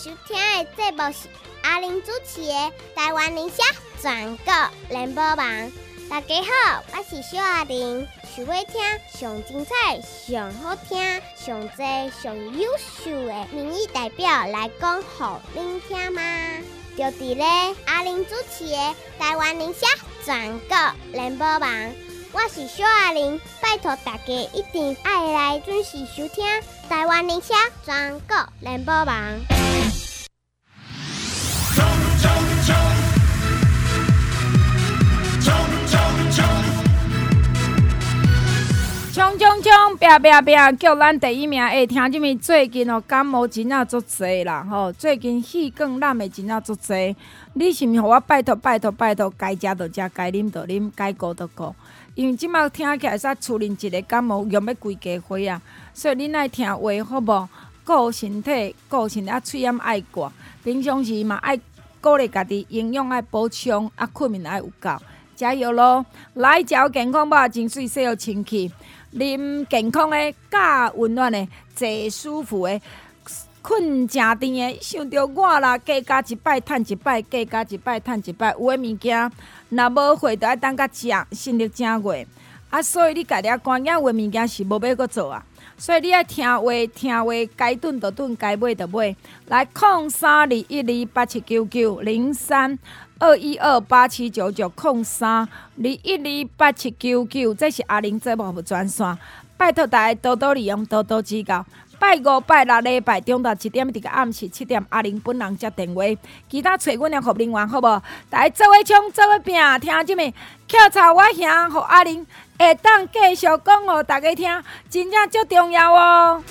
收听的节目是阿玲主持的《台湾理社全国联播网》。大家好，我是小阿玲，想要听上精彩、上好听、上多、上优秀的民意代表来讲，给您听吗？就伫咧阿玲主持的《台湾理社全国联播网》。我是小阿玲，拜托大家一定要来准时收听台湾理社全国联播网。 冲，拼，叫咱第一名！听这么最近感冒真啊足济啦，最近气管染的真啊足济。你是毋是互我拜托，该食就食，该啉就啉，该顾就顾。因为即马听起来煞厝恁一个感冒用要规家伙啊，所以恁爱听话好无？顾身体，喙炎爱挂，平常时嘛爱鼓励家己营养爱补充，困眠爱有够，加油咯！来食健康吧，真水洗好清气，啉健康的、加温暖的、坐舒服的。困正甜的，想着我啦，加一摆趁一摆，加一摆趁一摆。有诶物件，若无货，就爱等甲食，心力正热。所以你家己关键有诶物件是无要阁做啊。所以你爱听话，该顿就顿，该买就买。来03212879903128799032128799，这是阿玲节目专线，拜托大家多多利用，多多指教。拜五、拜六、礼拜中昼1点，伫个暗时7点，阿玲本人接电话，其他找阮的服务人员，好无？大家做伙冲，做伙拼，听即么？翘槽我兄，互阿玲会当继续讲互大家听，真正足重要哦。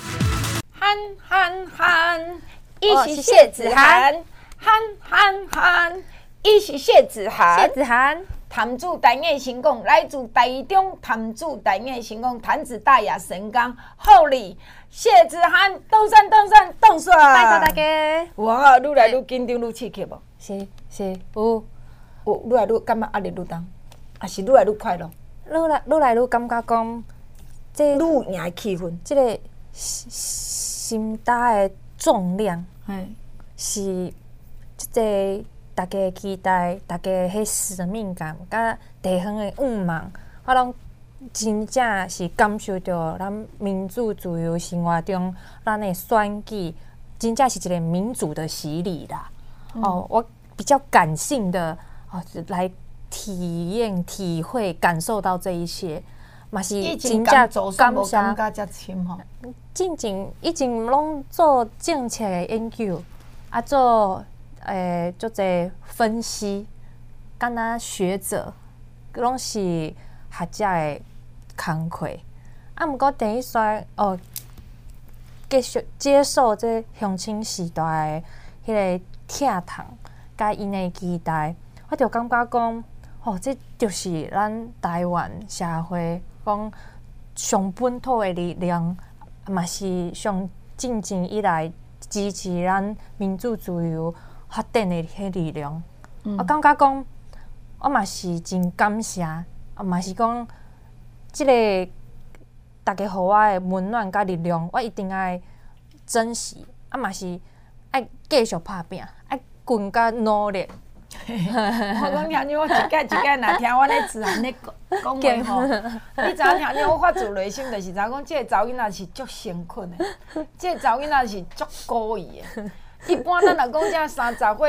喊，一是谢子涵，喊，一是谢子涵。潭子台艺成功，来自台中潭子台艺成功，坛子大雅神钢厚礼谢子涵，动算，拜托大家。 哇，愈来愈紧张，愈刺激无？ 是，有愈来愈感觉压力愈重，还是愈来愈快乐？ 愈来愈感觉讲，这愈赢的气氛， 这个心大的重量，是这个。大家期待，大家迄使命感，甲地方的愿望，我拢真正是感受到咱民主自由生活中，咱的选举真正是一个民主的洗礼啦。我比较感性的来体验、体会、感受到这一切，嘛是真正感谢。以前拢做政策的研究，做。就这分析，敢若学者，拢是学者的工课。毋过等于说，继续接受这乡亲时代的迄个疼痛，甲因的期待，我就感觉讲，这就是咱台湾社会讲上本土的力量，嘛是上进前以来支持咱民主自由。发展的迄力量，我感觉讲，我嘛是真感谢，嘛是讲，即个大家互我的温暖甲力量，我一定爱珍惜，嘛是爱继续打拼，爱更加努力。 我讲听你，我一届若听我咧自然咧讲话吼，你知影听你我发自内心就是知影讲，即个查某囡仔是足诚恳的，即个查某囡仔是足故意的。一般咱若讲这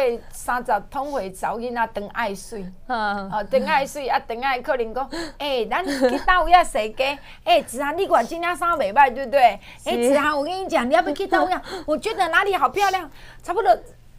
30通岁查某囡仔长爱水，长爱水长爱可能讲，咱去倒位踅街，子涵你看今天衫袂歹，对不对？子涵我跟你讲，你要不去倒位？我觉得哪里好漂亮，差不多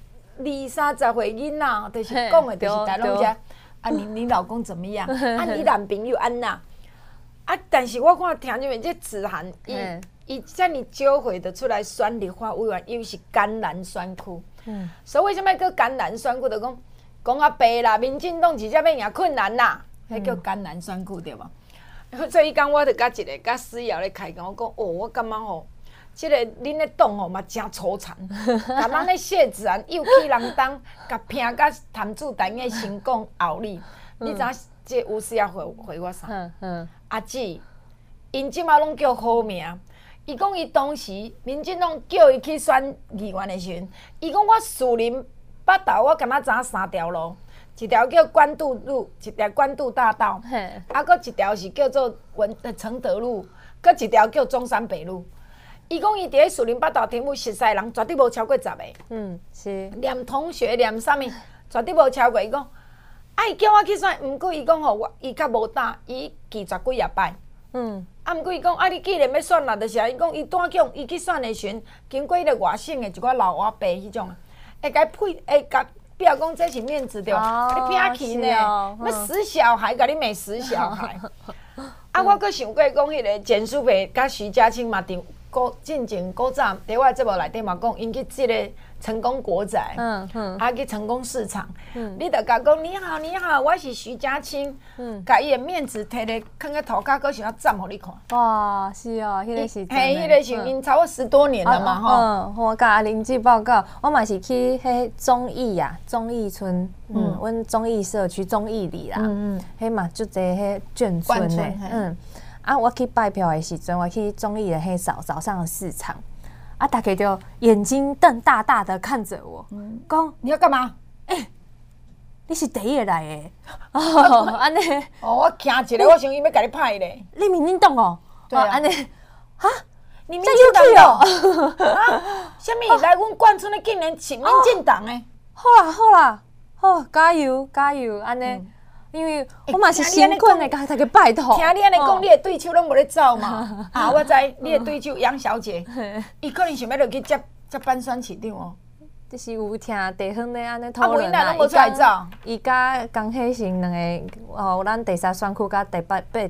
20-30岁囡仔，就是讲的，就是台拢遮。你老公怎么样？你男朋友安那？但是我看听这这子涵伊遮尔少岁就出来选立法委员，又是甘南选区。所以为什么叫甘南选区？就讲啊白啦，民进党直接要赢困难啦，迄叫甘南选区对无？所以讲我就甲一个甲思瑶咧开讲，我讲我感觉吼，即个恁咧党吼嘛真粗残，甲咱咧谢子涵又去人党，甲拼甲潭子台艺成功后里，你知影即有时也回我啥？阿姊，因即马拢叫好名。 伊讲伊当时民进党叫伊去选议员的时阵，伊讲我树林北投我敢若知影3条路，一条叫关渡路，一条关渡大道，搁一条是叫做承德路，搁一条叫中山北路。伊讲伊伫咧树林北投题目熟悉人绝对无超过10个。 是。 连同学连啥物，绝对无超过。伊讲，伊叫我去选，毋过伊讲吼，伊较无胆，伊拒绝几啊摆。毋过伊讲，你既然要选啦，就是伊讲伊单讲伊去选的时阵，经过迄个外省的一寡老阿伯迄种，会甲表讲这是面子对吧？你偏去呢？要死小孩，甲你骂死小孩。我阁想过讲，迄个简书培甲徐家清嘛，进前古早伫我节目内底嘛讲，因去即个成功国宅，去成功市场，你著甲讲你好你好，我是徐家清，甲伊的面子摕咧放喺涂骹，阁想要站互你看。 哇，是哦，迄个是。 嘿，迄个是因超过10多年了嘛吼。 我甲阿玲姐报告，我嘛是去迄忠义啊，忠义村，阮忠义社区忠义里啦，迄嘛就侪迄眷村咧，我去拜票的时阵，我去忠义的迄早上的市场，大家就眼睛瞪大大的看着我，讲你要干嘛？ 你是第一个来的，安尼。 我惊一个，我想伊要甲你拍咧。 你民进党哦？ 对啊。 安尼，哈？ 你民进党哦？什么？来阮眷村的竟然是民进党的？ 好啦，好，加油加油，安尼。因为我嘛是辛苦的，甲大家拜托。 听你安尼讲，你的对手拢无咧走嘛？我知你的对手杨小姐，伊可能想要落去接班选市长哦。 就是有听地方咧安尼讨论啊， 伊甲江启臣两个咱第3选区甲第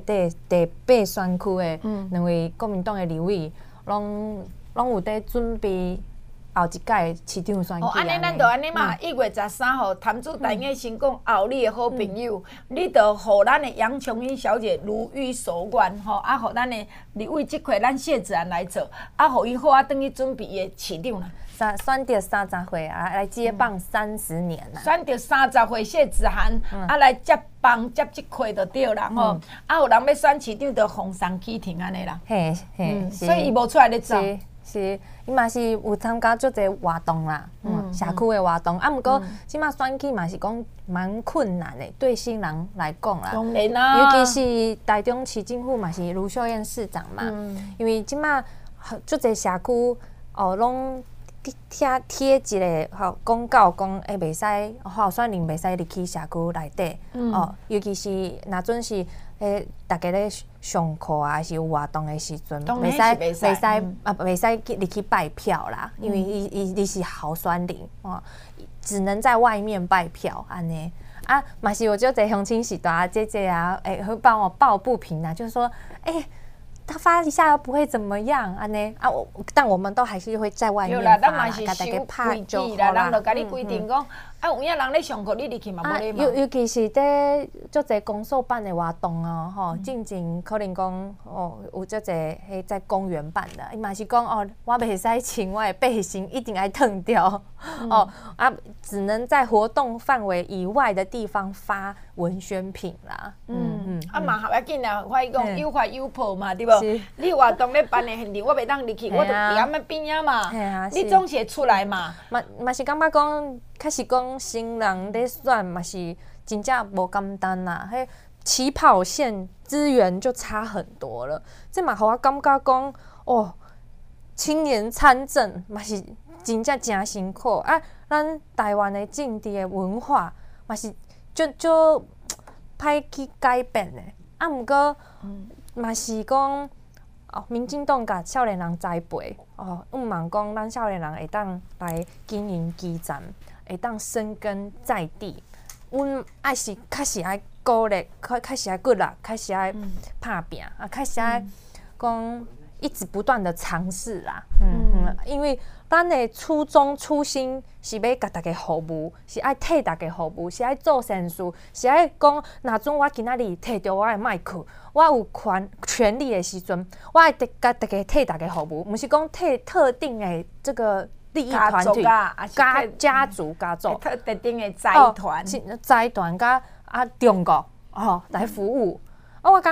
8选区的两位国民党的立委，拢有在准备。后一届市长选举安尼咱就安尼嘛，1月13号，谭主台应先讲后你的好朋友，你着互咱的杨琼英小姐如约所愿吼，互咱的立委这块咱谢子安来做，互伊好等于准备伊的市长啦。 选到30岁来接棒30年啦。 选到30岁谢子涵来接棒接这块就对啦吼，有人要选市长就逢上启廷安尼啦。 嘿， 所以伊无出来咧走。 是，伊嘛是有参加足侪活动啦，社区的活动。毋过即马选举嘛是讲蛮困难的，对新人来讲啦。 当然啦。 尤其是台中市政府嘛是卢秀燕市长嘛，因为即马足侪社区拢贴一个公告讲，袂使候选人袂使入去社区内底。尤其是若准是大家咧上课啊，还是有活动的时阵，袂使入去拜票啦，因为伊是候选人只能在外面拜票安尼。嘛是有就在乡亲时代姐姐啊，会帮我抱不平啊，就是说，他发一下又不会怎么样安尼但我们都还是会在外面发啦，甲大家拍就好啦。 人就甲你规定讲，有影人咧上课，你入去嘛无咧嘛。 尤其是在足侪公所办的活动吼，进前可能讲有足侪在公园办的，伊嘛是讲我袂使穿我的背心，一定爱脱掉只能在活动范围以外的地方发文宣品啦。 嘛合要紧啦，我讲有法有破嘛，对无？你活动咧办的现场，我袂当入去，我就伫遐边仔嘛。你总是会出来嘛。 嘛是感觉讲，开始讲新人咧选嘛是真正无简单啦。迄起跑线资源就差很多了，这嘛互我感觉讲青年参政嘛是真正真辛苦咱台湾的政治的文化嘛是就歹去改变的毋过嘛是讲民进党甲少年人栽培毋茫讲咱少年人会当来经营基站，会当生根在地。阮爱是开始爱鼓励，开始爱骨力，开始爱拍拼开始爱讲一直不断的尝试啦。因为咱的初衷初心是要甲大家服务，是爱替大家服务，是爱做善事，是爱讲，若准我今仔日摕到我的麦克，我有权利的时阵，我爱甲大家替大家服务，毋是讲替特定的这个利益团体、家族、家族、 特定的财团、 财团甲中国来服务。我感觉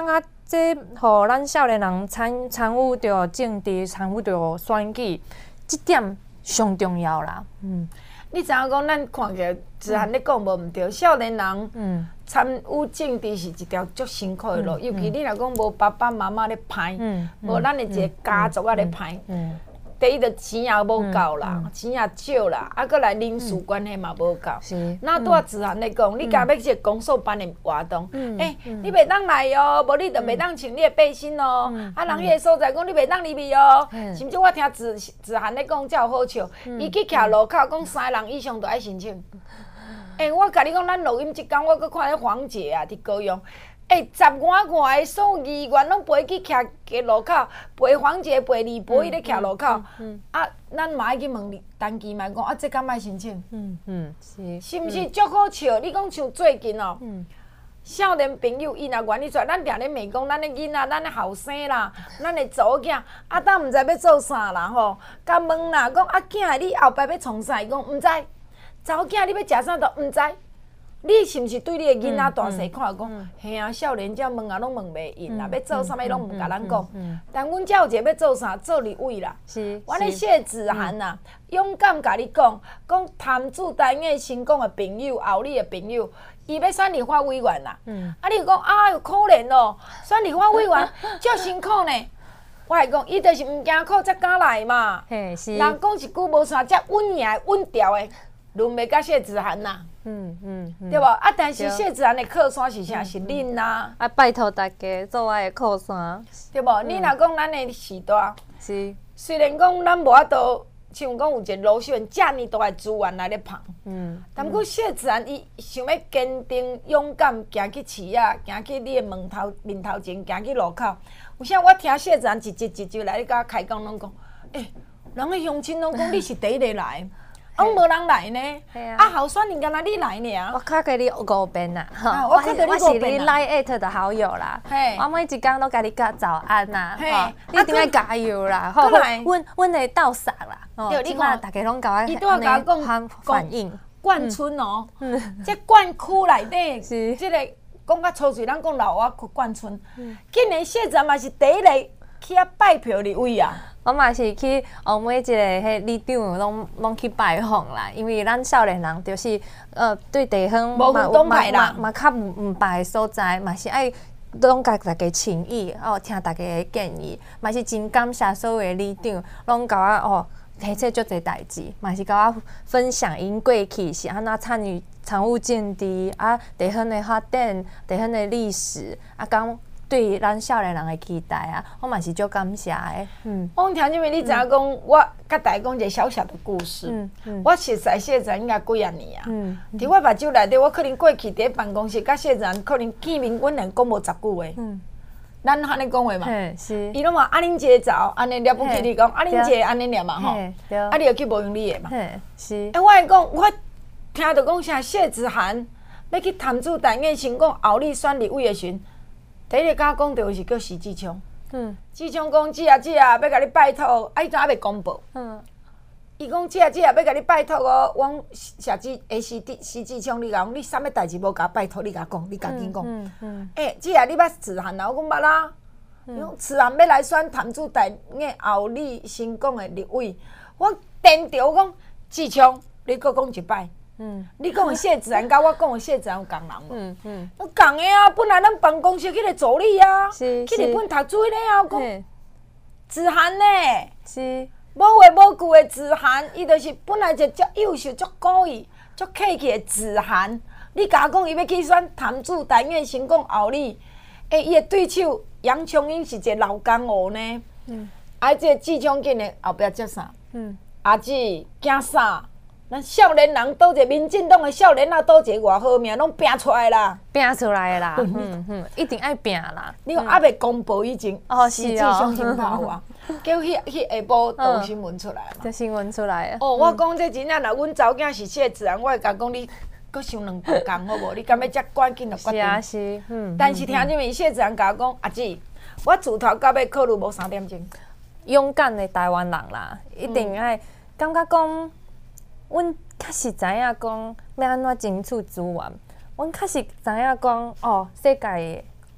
这互咱少年人参与着政治、参与着选举，即点上重要啦。 你知影讲，咱看起来自然咧讲无毋对，少年人参与政治是一条足辛苦的路，尤其你若讲无爸爸妈妈咧拍，无咱的一个家族啊咧拍。第一着钱也无够啦，钱也少啦，啊，搁来人事关系嘛无够。那拄仔自然咧讲，你家要一个公所办的活动，你袂当来哦，无你着袂当穿你的背心哦。啊，人迄个所在讲你袂当入去哦。甚至我听自涵咧讲，才有好笑，伊去徛路口讲3个人以上着爱申请。我甲你讲，咱录音即工，我搁看迄黄姐啊，伫高雄。10外的所有议员拢陪去徛个路口，陪黄姐、陪李博伊咧徛路口。啊，咱嘛爱去问陈其迈讲，这敢爱申请？是毋是足好笑？你讲像最近哦，少年朋友伊若愿意出来，咱定咧骂讲，咱的囡仔、咱的后生啦，咱的祖囝，当毋知要做啥啦吼？甲问啦，讲囝你后摆要创啥？伊讲毋知。查某囝你要食啥都毋知。你是毋是对你的囡仔大细看讲？嘿啊，少年遮问啊，拢问袂应啦，要做啥物拢毋甲咱讲。但阮才有一个要做啥，做立委啦。阮的谢子涵呐，勇敢甲你讲，讲潭子台艺成功的朋友，后里的朋友，伊要选立法委员啦。你讲哎哟可怜哦，选立法委员足辛苦呢。我系讲，伊就是毋惊苦才敢来嘛。人讲一句无啥，遮稳赢稳调的，轮袂甲谢子涵呐。对无？但是谢子涵的靠山是啥？是恁呐。 拜托大家做我的靠山， 对无？你若讲咱的时代，虽然讲咱无法度，像讲有一个卢秀燕遮尔大的资源来咧捧，但不过谢子涵伊想要坚定勇敢，行去市啊，行去你的面头前，行去路口。有啥我听谢子涵一集来咧甲我开讲，拢讲，人的乡亲拢讲你是第一个来。拢无人来呢，候选人敢若你来尔。 我卡给你5遍啦， 我是你 Line@ 的好友啦，我每一工都甲你讲早安呐，你一定要加油啦，阮会斗杀啦，即马大家拢甲我安尼反应。 冠村哦，这冠区内底，即个讲较粗嘴，咱讲老外区冠村，竟然谢子涵嘛是第一个去拜票立委啊。 我嘛是去每一个迄里长拢去拜访啦，因为咱少年人就是对地方无分党派啦， 嘛较毋捌的所在，嘛是爱拢甲大家请意听大家的建议，嘛是真感谢所有的里长，拢甲我提出足侪代志，嘛是甲我分享因过去是安怎参与政治地方的发展、地方的历史讲。对咱少年人的期待我嘛是足感谢的。 我听这边你知影讲，我甲大家讲一个小小的故事。我熟悉谢子涵应该几啊年啊。伫我目睭内底，我可能过去伫办公室，甲谢子涵可能见面，阮两讲无10句话。咱安尼讲话嘛。是。伊拢话恁姐走，安尼了不起，你讲恁姐安尼念嘛吼。你又去无用你的嘛。是。我会讲，我听到讲啥谢子涵要去潭子台艺成功后里选立委的时，第一个甲我讲到是叫徐志昌。志昌讲姐要甲你拜托，伊怎还袂公布？伊讲姐要甲你拜托哦，阮徐志昌，你讲你啥物代志无甲拜托，你甲讲，你家己讲。姐你捌子涵啊？我讲捌啦。伊讲子涵要来选潭子台艺后里成功的立委，我电着讲志昌，你搁讲一摆。你讲的谢子涵，甲我讲的谢子涵有共人无？有共的啊！本来咱办公室迄个助理啊，去日本读书了啊，讲子涵呢，是无话无句的子涵，伊就是本来就足优秀、足故意、足客气的子涵。你甲我讲伊要去选潭子台艺成功后里，伊的对手杨琼英是一个老江湖呢。即个志昌竟然后壁接啥？阿姊惊啥？咱少年人倒一个民进党的少年啊，倒一个偌好命，拢拼出来啦， 拼出来啦，一定爱拼啦。 你讲还袂公布以前，是志昌先跑啊，叫迄下晡报新闻出来嘛。 这新闻出来我讲这真正，若阮查某囝是谢子涵，我会甲讲你，搁想2步工好无？你敢要遮赶紧就决定？ 是。 但是听这边谢子涵甲我讲，阿姊，我自头到尾考虑无3点钟。 勇敢的台湾人啦，一定爱感觉讲。阮确实知影讲要安怎争取资源，阮确实知影讲世界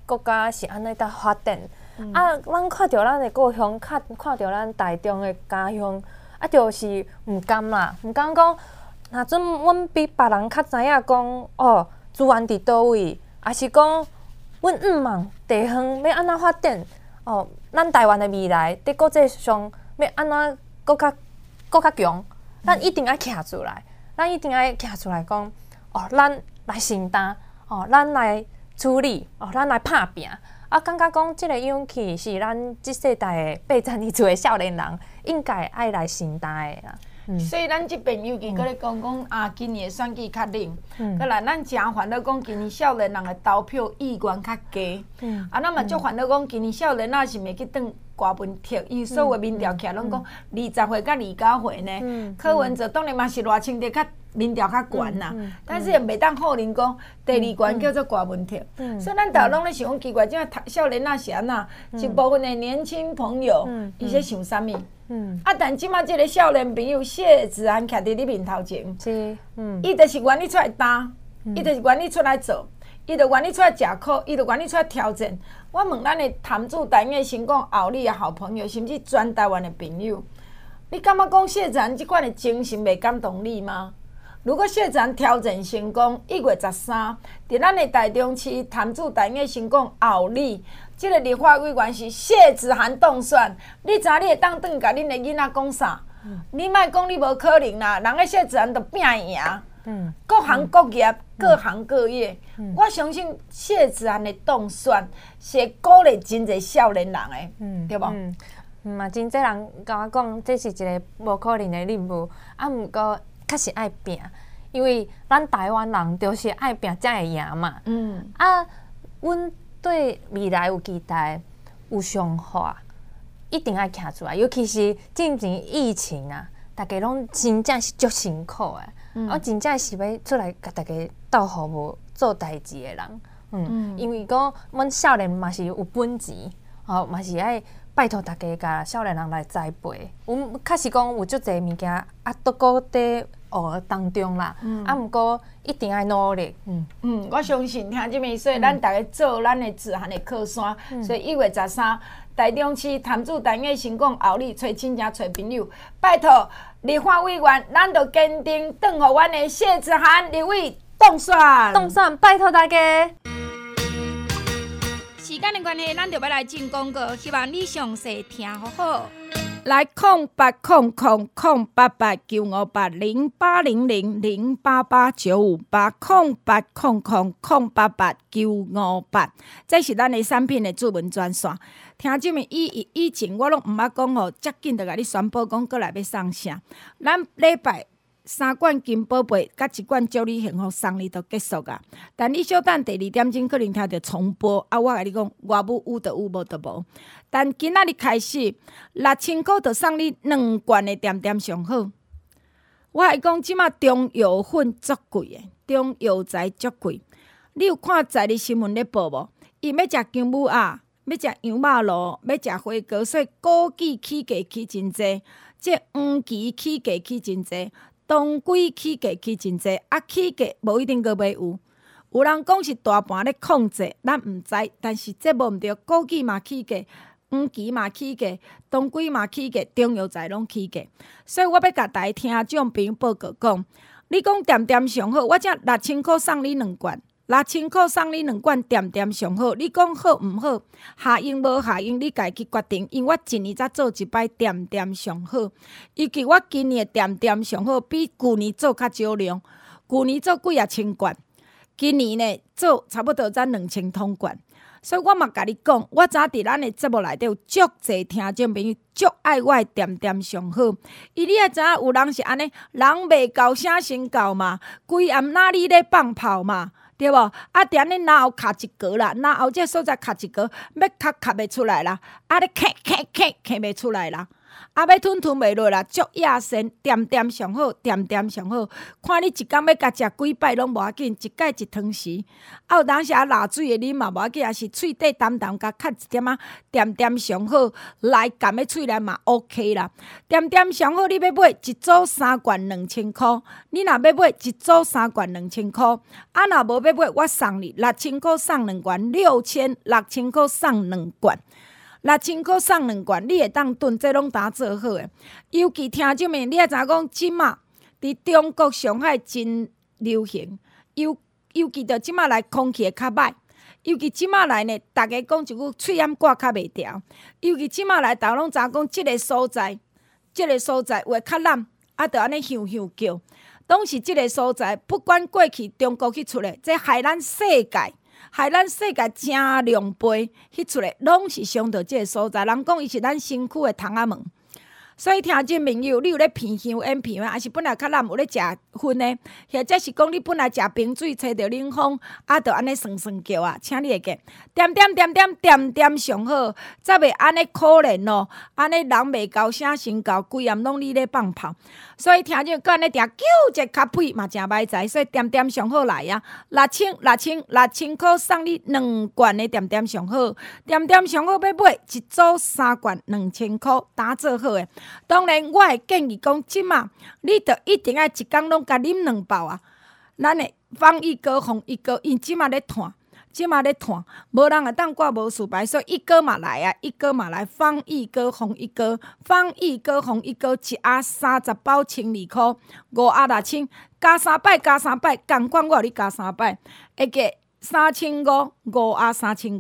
国家是安尼在发展。咱看着咱的故乡，看着咱台中的家乡，就是毋甘啦，毋甘讲，若阵阮比别人较知影讲，哦，资源伫倒位，也是讲，阮望地方要安怎发展，哦，咱台湾的未来伫国际上要安怎搁较强，咱一定要徛出来，讲，哦，咱来承担，哦，咱来处理，哦，咱来拍拼。感觉讲，即个勇气是咱即世代的8十年厝的少年人应该爱来承担的啦。 所以咱即边尤其搁咧讲今年的选举较冷，搁来咱诚烦恼讲今年少年人的投票意愿较低。咱嘛足烦恼讲今年少年仔是袂去当郭文剔，伊所有民调起来拢讲20岁到29岁呢。柯文哲当然嘛是热清的较。民调较悬啦，但是也袂当否认讲第二关叫做郭文剔，所以咱大家拢咧想讲奇怪，即个少年仔是安怎？一部分的年轻朋友，伊在想啥物？但即马即个少年朋友谢子安徛伫你面头前，伊就是愿意出来担，伊就是愿意出来做，伊就愿意出来食苦，伊就愿意出来挑战。我问咱的潭子台湾成功后里的好朋友，甚至全台湾的朋友，你感觉讲谢子安即款的精神袂感动你吗？如果谢子安挑战成功，1月13，伫咱的台中市潭子台湾成功后里，即个立法委员是谢子涵当选，你知你会当转甲恁的囡仔讲啥？你莫讲你无可能啦，人个谢子涵就拼赢。各行各业，各行各业，我相信谢子涵的当选是会鼓励真侪少年人的，对无？ 嘛，真侪人甲我讲，这是一个无可能的任务，毋过。确实爱拼，因为咱台湾人就是爱拼才会赢嘛。阮对未来有期待，有想法，一定爱徛出来。尤其是进前疫情啊，大家拢真正是足辛苦的。我真正是要出来甲大家斗服务、做代志的人。因为讲阮少年嘛是有本钱，嘛是爱。拜托大家甲少年人来栽培，阮确实讲有足侪物件都搁伫学当中啦。毋过一定爱努力。 我相信听即面，所以咱大家做咱的自涵的靠山。所以1月13，台中市潭子台湾成功后里找亲戚找朋友，拜托立法委员，咱就坚定转互阮的谢子涵立委当选。 拜托大家。 时间的关系，咱就要来进广告，希望你详细听好好。 来0800-088-958-088-958-0800-088-958，这是咱的产品的主文专线。听即面以前我拢毋捌讲吼，遮紧就甲你宣布讲过来要送啥。咱礼拜3罐金宝贝，甲1罐祝你幸福送你都结束啊！但你小等第2点钟可能听到重播，我甲你讲，外母有就有，无就无。但今仔日开始，6000块就送你2罐的点点上好。我还讲，即马中药粉足贵的，中药材足贵。你有看在日新闻咧报无？伊要食姜母鸭，要食羊肉炉，要食花糕，所以枸杞起价起真济，即黄芪起价起真济。当归起价起真济，起价无一定个袂有。有人讲是大盘咧控制，咱毋知，但是这无毋对。枸杞嘛起价，黄芪嘛起价，当归嘛起价，中药材拢起价。所以我要甲大家听众朋友报告讲，你讲点点上好，我才6000块送你2罐，6000块送你2罐点点上好。你讲好毋好？下用无下用，你家己决定。因为我一年才做一摆点点上好，尤其我今年的点点上好比旧年做较少量，旧年做几千罐，今年呢做差不多才2000通罐。所以我嘛甲你讲，我早伫咱的节目内底有足侪听众朋友足爱我的点点上好，伊你也知影有人是安尼，人袂高声先到嘛，规暗哪里咧放炮嘛。对无？伫你哪后卡一格啦，哪后这所在卡一格，要卡袂出来啦，咧咳袂出来啦。 啊，要吞袂落啦，足野生，点点上好，点点上好。看你一工要甲食几摆拢无要紧，一摆一汤匙。啊，有当时啊，辣水的啉嘛无要紧，也是喙底淡淡甲较一点仔，点点上好，来含的喙内嘛 OK 啦。点点上好，你要买一组3罐2000箍，你若要买一组3罐2000箍，啊，若无要买，我送你6000箍送2罐，6000箍送2罐。6000箍送2罐，你会当炖，这拢打做好诶。尤其听众们，你也知影讲，即马伫中国上海真流行，尤其着即马来空气会较歹，尤其即马来呢，逐个讲一句喙炎挂较袂调，尤其即马来，逐个拢知影讲，即个所在话较烂，啊，着安尼响响叫，拢是即个所在。不管过去中国去出的，这害咱世界正量杯迄出来，拢是伤到即个所在。人讲伊是咱身躯的窗仔门，所以听众朋友，你有咧鼻香烟鼻啊，还是本来较难有咧食薰的，或者是讲你本来食冰水，吹着冷风，啊，着安尼酸酸叫啊，请你会记，点上好，则袂安尼可怜咯。安尼人袂高声身高，规暗拢你咧放炮，所以听众个安尼定叫一咖啡嘛真歹知，所以点上好来啊，6000箍送你2罐的点上好，点上好要买一组3罐2000箍，打做好诶。当然，我会建议讲，即马你着一定要一工拢甲啉2包啊。咱的防疫膏、防疫膏，因即马咧团，无人会当挂无事牌，所以一哥嘛来啊，一哥嘛来，防疫膏、防疫膏，一盒30包12箍，5盒6000，加3摆，共款我互你加3摆，会计3500，5盒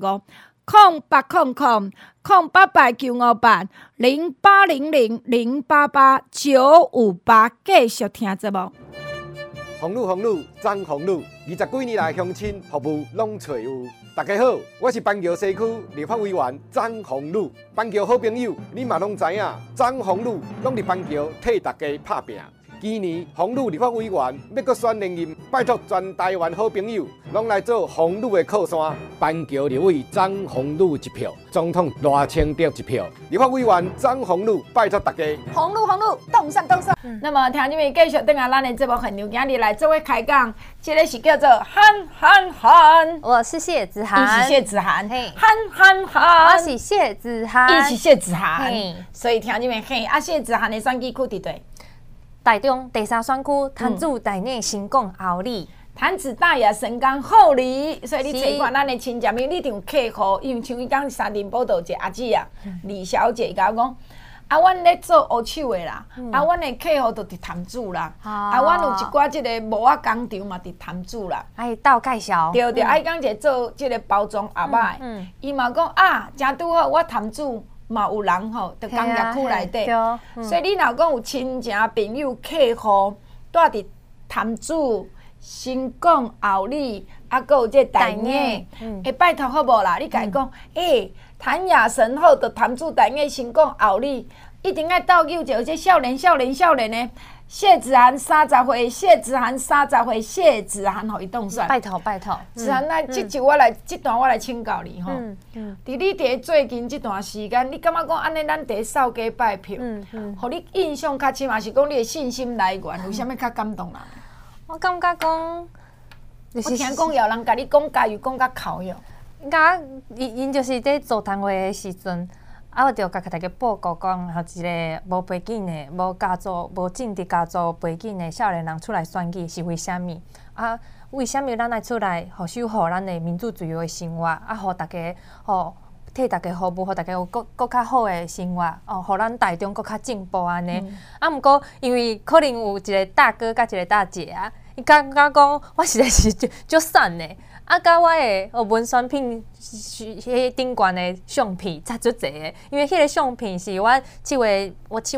3500。0800-958-0800-0888-958，继续听节目。 红路，张红路，20几年来乡亲服务拢找有。大家好，我是板桥西区立法委员张宏路。板桥好朋友，你嘛拢知影，张宏路拢伫板桥替大家拍拼。今年宏路立法委员要阁选连任，拜托全台湾好朋友拢来做宏路的靠山。板桥立委张宏路1票，总统赖清德1票。立法委员张宏路，拜托大家。 宏路，动上。那么，听众们继续等下咱的节目现场，今日来做位开讲，这个是叫做憨。 我是谢子涵， 伊是谢子涵，憨， 我是谢子涵， 伊是谢子涵。所以听众们，谢子涵的选举区伫对。 台中第3选区，潭子台内新港后里， 潭子大雅神冈后里，所以你找看咱的亲戚们，你一定有客户，因为像伊讲三林报道一个阿姊啊，李小姐甲我讲，啊，阮咧做乌手的啦，啊，阮的客户都伫潭子啦，啊，阮有一寡即个无仔工厂嘛伫潭子啦， 哎，倒介绍， 对，啊，伊讲一个做即个包装阿峇的，伊嘛讲啊，真拄好，我潭子。嘛有人吼，伫工业区内底，所以你若讲有亲情朋友、客户住伫潭子、新港、后里，啊，搁有这台nghệ，会拜托好无啦？你甲伊讲，潭雅神后的潭子、台nghệ、新港、后里，一定要斗救者，这少年的。谢子涵30岁，谢子涵，互伊当选。 拜托。 子涵，那这段我来请教你吼。伫你伫最近这段时间，你感觉讲安尼，咱伫扫街拜票，互你印象较深，还是讲你的信心来源，有啥物较感动人？ 我感觉讲， 我听讲有人甲你讲加油，讲甲哭哟。 因就是在座谈会的时阵。啊，我就甲大家报告讲，有一个无背景的、无家族、无政治家族背景的少年人出来选举是为虾米？啊，为虾米咱来出来，守护咱的民主自由的生活？啊，互大家，替大家服务，互大家有更较好的生活，互咱台中更较进步安尼。啊，毋过因为可能有一个大哥甲一个大姐啊，伊感觉讲我实在是足瘦的。啊，甲我的文宣品，迄顶悬的相片差足济的，因为迄个相片是我7月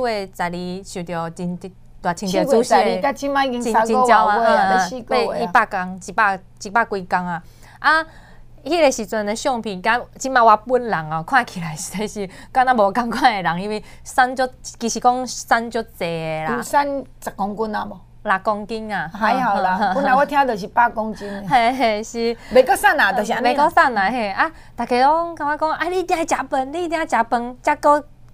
12受到真大清朝主席的真招啊， 被100工100几工啊！啊，迄个时阵的相片，甲即马我本人哦，看起来实在是敢若无共款的人，因为其实讲瘦足济的啦， 有瘦10公斤啊无 ？6公斤啊， 还好啦。本来我听就是8公斤。 嘿，是。 袂阁瘦啦，就是安尼。 袂阁瘦啦，嘿啊！大家拢感觉讲，你一定要食饭，食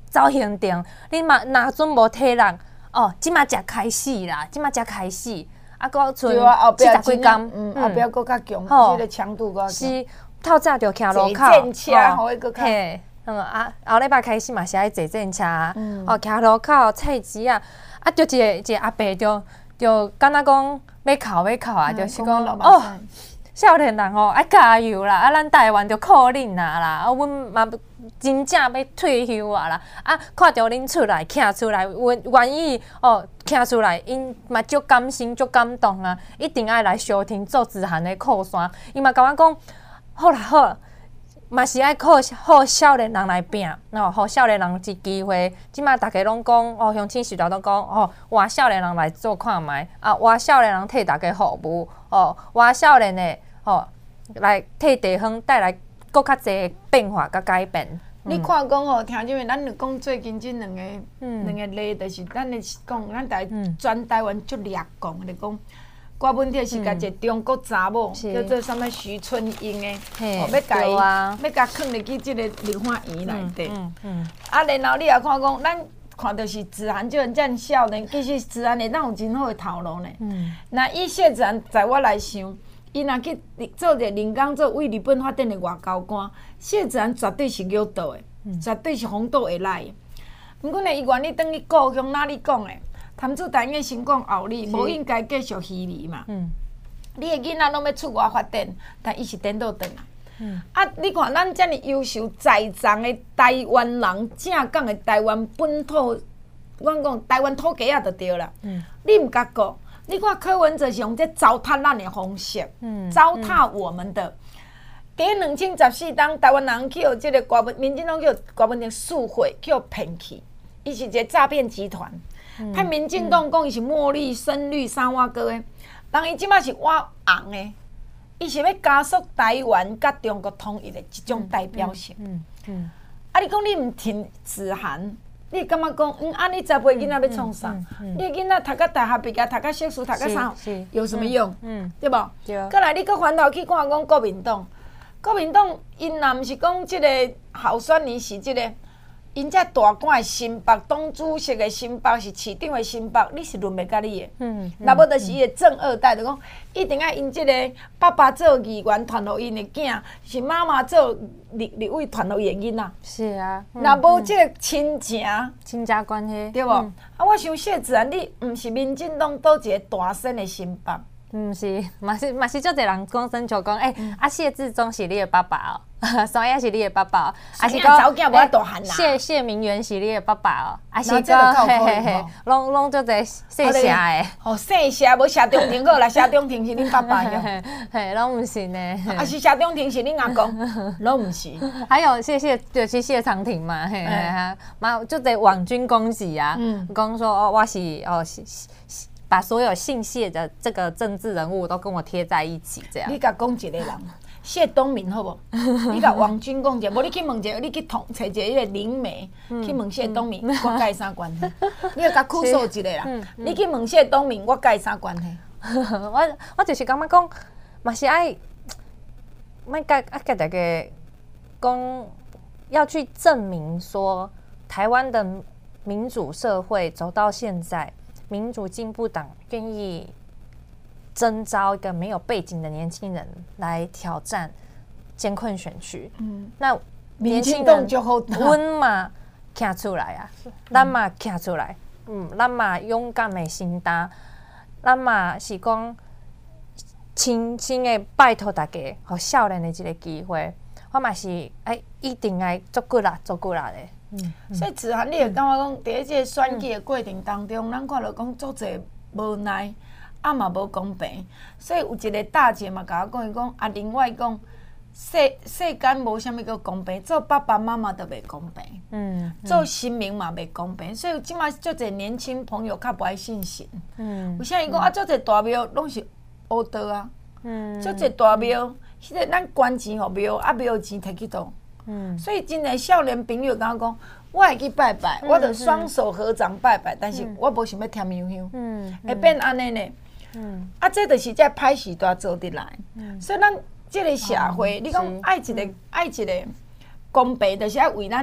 走行程，你嘛若准无体力，哦，即马才开始啦，即马才开始，啊，搁剩70几工， 后壁搁较强，即个强度搁较强。 是透早就徛路口， 坐电车，互伊搁较。 嘿，后礼拜开始嘛是爱坐电车，哦，徛路口菜市啊，啊，就一个阿伯就敢若讲要哭啊，就是讲哦。少年人吼，爱加油啦！啊，咱台湾着靠恁啦！啊，阮嘛真正要退休啊啦！啊，看到恁出来，徛出来，愿意哦，徛出来，因嘛足感心、足感动啊！一定爱来收听做自涵的靠山。伊嘛甲我讲，好啦好，嘛是爱靠少年人来拼，哦，互少年人一机会。即马大家拢讲，哦，乡亲时代都讲，哦，换少年人来做看卖，啊，换少年人替大家服务，哦，换少年的。哦，来替地方带来更较侪变化甲改变。 你看讲吼，听众们，咱就讲最近即两个例，就是咱的讲，咱全台湾足劣讲，就讲郭文铁是甲一个中国查某叫做啥物徐春英的，要甲囥入去即个梨花园内底。啊，然后你也看讲，咱看到是自然就遮尔少年，其实自然会当有真好的头路呢。那以谢自然，在我来想。伊若去做者人工做为日本发展的外交官，谢自然绝对是有道的，绝对是风度会来的。毋过呢，伊愿意转去故乡哪里讲的？潭子但应先讲后里，无应该继续虚伪嘛。你的囡仔拢要出外发展，但伊是颠倒转来。啊，你看咱遮尔优秀在藏的台湾人，正港的台湾本土，阮讲台湾土家仔就对啦。你毋甲顾。你看柯文哲是用这糟蹋咱的方式，糟蹋我们的。第2014当台湾人去这个民进党叫郭文哲诉贿，去骗去，伊是一个诈骗集团，骗民进党讲伊是墨绿、深绿、三瓦哥的，人伊即摆是挖红的，伊是要加速台湾甲中国统一的一种代表性。啊，你讲你毋挺子涵？你感觉讲，安尼10岁囡仔要创啥？你囡仔读到大学毕业，读到硕士，读到啥？有什么用？对无？再来，你搁翻头去看讲国民党，因若毋是讲即个候选人是即个，因遮大官的新北，党主席的新北，是市长的新北，你是轮袂甲你的。若无就是伊的正二代，就讲一定要因即个爸爸做议员，传互因的囝，是妈妈做立委，传互伊的囡仔。 是啊。 若无即个亲家关系， 对无？啊，我想谢自然，你毋是民进党倒一个大身的新北。 毋是，嘛是足侪人讲声就讲，啊谢志忠是你的爸爸哦，山野是你的爸爸哦， 啊是讲查某囝无大汉啦。 谢明元是你的爸爸哦，啊是讲拢足侪姓谢的。 哦，姓谢无谢中庭好啦，谢中庭是恁爸爸哟。 嘿，拢毋是呢。 啊是谢中庭是恁阿公，拢毋是。 还有就是谢长廷嘛，嘿嘿，嘛足侪网军攻击啊，讲说哦我是哦把所有姓谢的这个政治人物都跟我贴在一起，这样。 你甲讲一个人，谢东闵好无？你甲王军讲者，无你去问者，你去找一个迄个灵媒，去问谢东闵，我甲伊啥关系？你要甲哭诉一个啦，你去问谢东闵，我甲伊啥关系？ 我就是感觉讲，嘛是爱，甲大家讲，要去证明说，台湾的民主社会走到现在。民主进步党愿意征召一个没有背景的年轻人来挑战艰困选区。那年轻人阮嘛站出来啊，咱嘛站出来，咱嘛勇敢的心胆，咱嘛是讲亲心的拜托大家，互少年的一个机会。我嘛是一定爱做骨力的。 所以自然你会感觉讲，伫即个选举的过程当中，咱看到讲足侪无奈，嘛无公平。所以有一个大姐嘛，甲我讲，伊讲另外讲，世间无啥物叫公平，做爸爸妈妈都袂公平，做新民嘛袂公平。所以即摆足侪年轻朋友较无爱信神。为啥伊讲足侪大庙拢是乌道啊？足侪大庙，迄个咱捐钱互庙，庙钱摕去倒。所以真侪少年朋友甲我讲，我会去拜拜，我着双手合掌拜拜，但是我无想要添香香，会变安尼呢？啊，这就是这歹事都要做得来。所以咱这个社会，你讲爱一个公平，就是爱为咱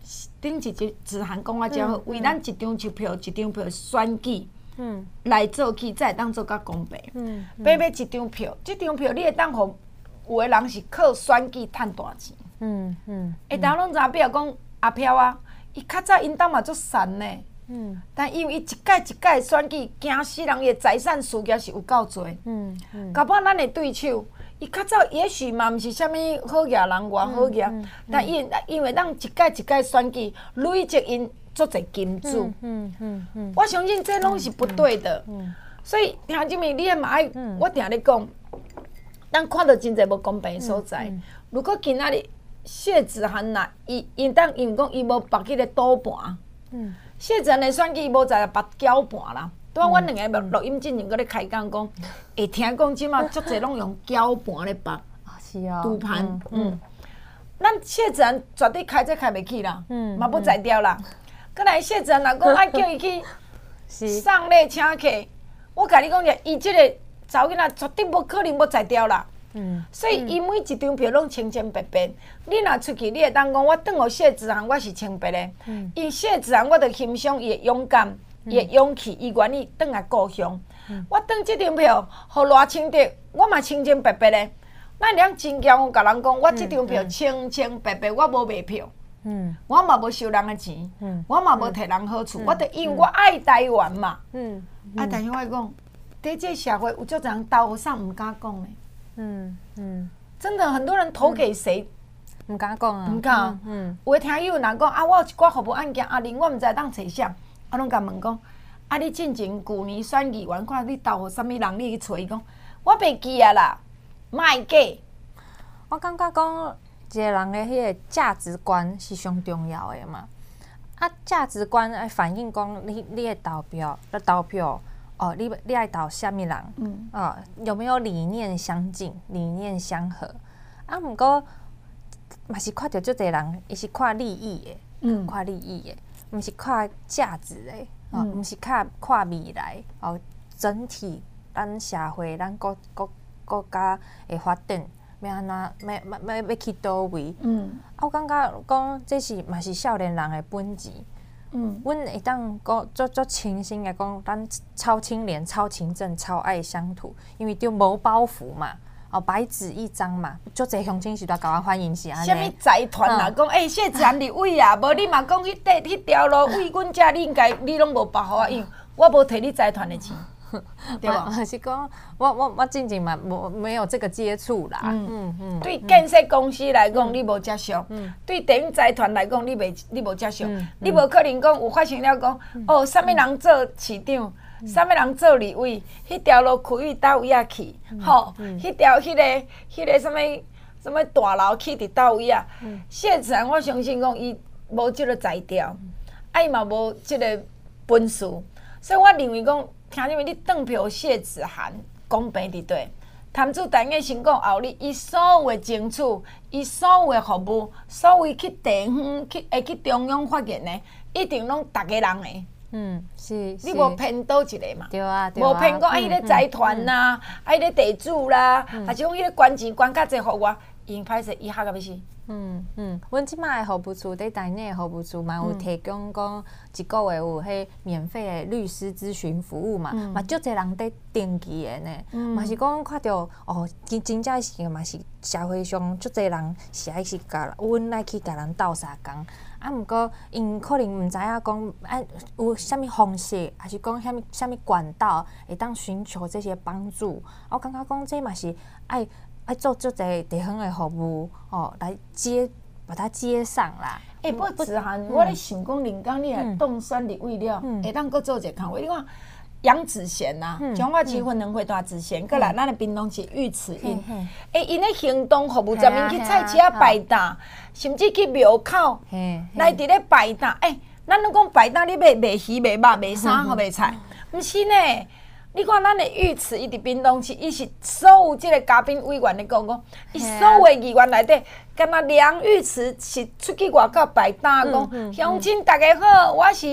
顶一字函讲啊遮好，为咱一张一票选举来做起，才会当做较公平。买一张票，即张票你会当互有的人是靠选举趁大钱。会当拢知影，比如讲阿飘啊，伊较早因兜嘛足善呢。但因为伊一届一届选举，惊死人，伊的财产事业是有够多。搞不好咱的对手，伊较早也许嘛毋是啥物好业人，偌好业，但因为咱一届一届选举，累积因足侪金主。我相信这拢是不对的。所以听姊妹，你也嘛爱，我定咧讲，咱看到真侪无公平的所在。如果今仔日谢子涵呐，因为讲伊无绑去咧赌盘。谢子涵的选举无在绑搅盘啦。拄我两个录音进前搁咧开讲讲，会听讲即马足侪拢用搅盘咧绑， 是啊， 赌盘。咱谢子涵绝对开袂起啦，嘛不才调啦。搁来谢子涵若讲爱叫伊去送礼请客，我甲你讲者，伊即个查某囡仔绝对无可能要才调啦。所以伊每一张票拢清清白白。你若出去，你会当讲我转互谢子涵，我是清白的。因谢子涵，我着欣赏伊的勇敢，伊的勇气，伊愿意转来故乡。我转即张票，互偌清德，我嘛清清白白的。咱两真骄傲，甲人讲，我即张票清清白白，我无卖票。我嘛无收人的钱，我嘛无摕人好处，我着因为我爱台湾嘛。但是我讲，伫这社会有足侪人投啥毋敢讲呢？真的很多人投给谁？ 唔敢讲啊， 唔敢。有的听友若讲啊，我有一寡服务案件，阿玲我毋知当找啥，我拢甲问讲，啊你进前旧年选议员，看你投互啥物人，你去找伊讲，我袂记啊啦，卖假。 我感觉讲，一个人的迄个价值观是上重要的嘛。啊，价值观爱反映讲你的投票。你爱投啥物人？有没有理念相近、理念相合？啊，毋过嘛是看到足侪人，伊是看利益的，看利益的，毋是看价值的，毋是看未来。整体咱社会、咱国家的发展，要安怎要去倒位？我感觉讲这是嘛是少年人的本质。阮会当讲足清新的讲，咱超清廉、超勤政、超爱乡土，因为就无包袱嘛，白纸一张嘛，足侪乡亲是来甲我反映是安尼。 啥物财团啦？讲谢子涵立委啊，无你嘛讲迄条路为阮遮，你拢无包互我用，我无摕你财团的钱。对吧？ 是讲我进前嘛没有这个接触啦。 对建设公司来讲，你无接触；对电影财团来讲，你无接触。你无可能讲有发生了讲啥物人做市长，啥物人做立委，迄条路开去倒位啊去，吼，迄个啥物大楼起伫倒位啊。谢子涵，我相信讲伊无即个才调，伊嘛无即个本事，所以我认为讲。听因为你转票谢子涵公平伫对，摊主单个成功后，伊所有的争取，伊所有的服务，所有去地方去中央发言的，一定拢逐个人的。 是。 你无骗倒一个嘛？ 对啊。 无骗讲迄个财团啦，迄个地主啦，还是讲迄个捐钱捐较济互我，因歹势伊吓到要死。 阮即摆的服务处，伫台内的服务处嘛有提供讲一个月有迄免费的律师咨询服务嘛，嘛足侪人伫登记的呢，嘛是讲看到真正是嘛是社会上足侪人是爱是甲阮来去甲人斗相共，毋过因可能毋知影讲有啥物方式，还是讲啥物管道会当寻求这些帮助，我感觉讲这嘛是爱做足侪地方的服务来把它接上啦。 不过子涵，我咧想讲，临港你若当选立委了，会当搁做一个工作。你看杨子贤呐，彰化市分两会大子贤，过来咱的屏东市玉池因，因咧行动服务，专门去菜市啊摆档，甚至去庙口来伫咧摆档。咱拢讲摆档，你卖鱼、卖肉、卖衫和卖菜，毋是呢？你看咱的玉池，伊伫屏东市，伊是所有即个嘉宾委员咧讲，伊所有的议员内底，敢若梁玉池是出去外口摆档讲，乡亲大家好，我是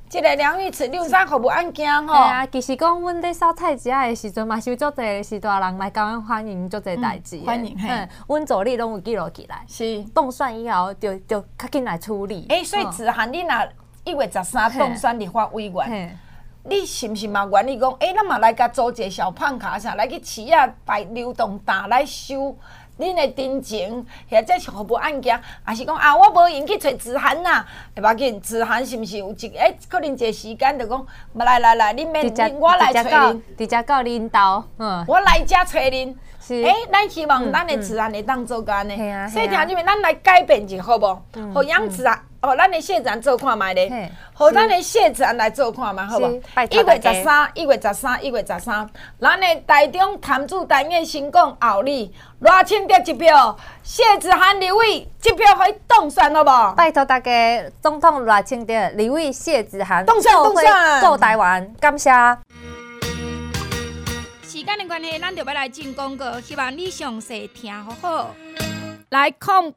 即个疗愈池，你有啥服务案件吼？ 系啊，其实讲阮伫扫菜市仔的时阵嘛，是有足侪是大人来甲阮反映足侪代志。 欢迎嘿。 阮助理拢有记录起来。 是。 冻蒜以后，就较紧来处理。 所以子涵，你若1月13冻蒜立法委员，你是毋是嘛愿意讲？咱嘛来甲组一个小胖卡啥，来去市仔摆流动单来收。恁的真情，或者是服务案件，也是讲我无闲去找子涵呐，会要紧。子涵是毋是有可能一个时间就讲，来，恁免，我来找恁， 直接到恁兜， 我来遮找恁。 是。 咱希望咱的子涵会当做干呢。所以听姐妹，咱来改变一下好无？互杨子涵，咱的谢子涵做看卖咧，互咱的谢子涵来做看卖，好无？1月13，咱的台中潭子单元新港后里赖清德一票，谢子涵立委一票互伊冻蒜好无？ 拜托大家，总统赖清德、立委谢子涵冻蒜， 救台湾，感谢。 时间的关系，咱就要来进广告，希望你详细听好好。来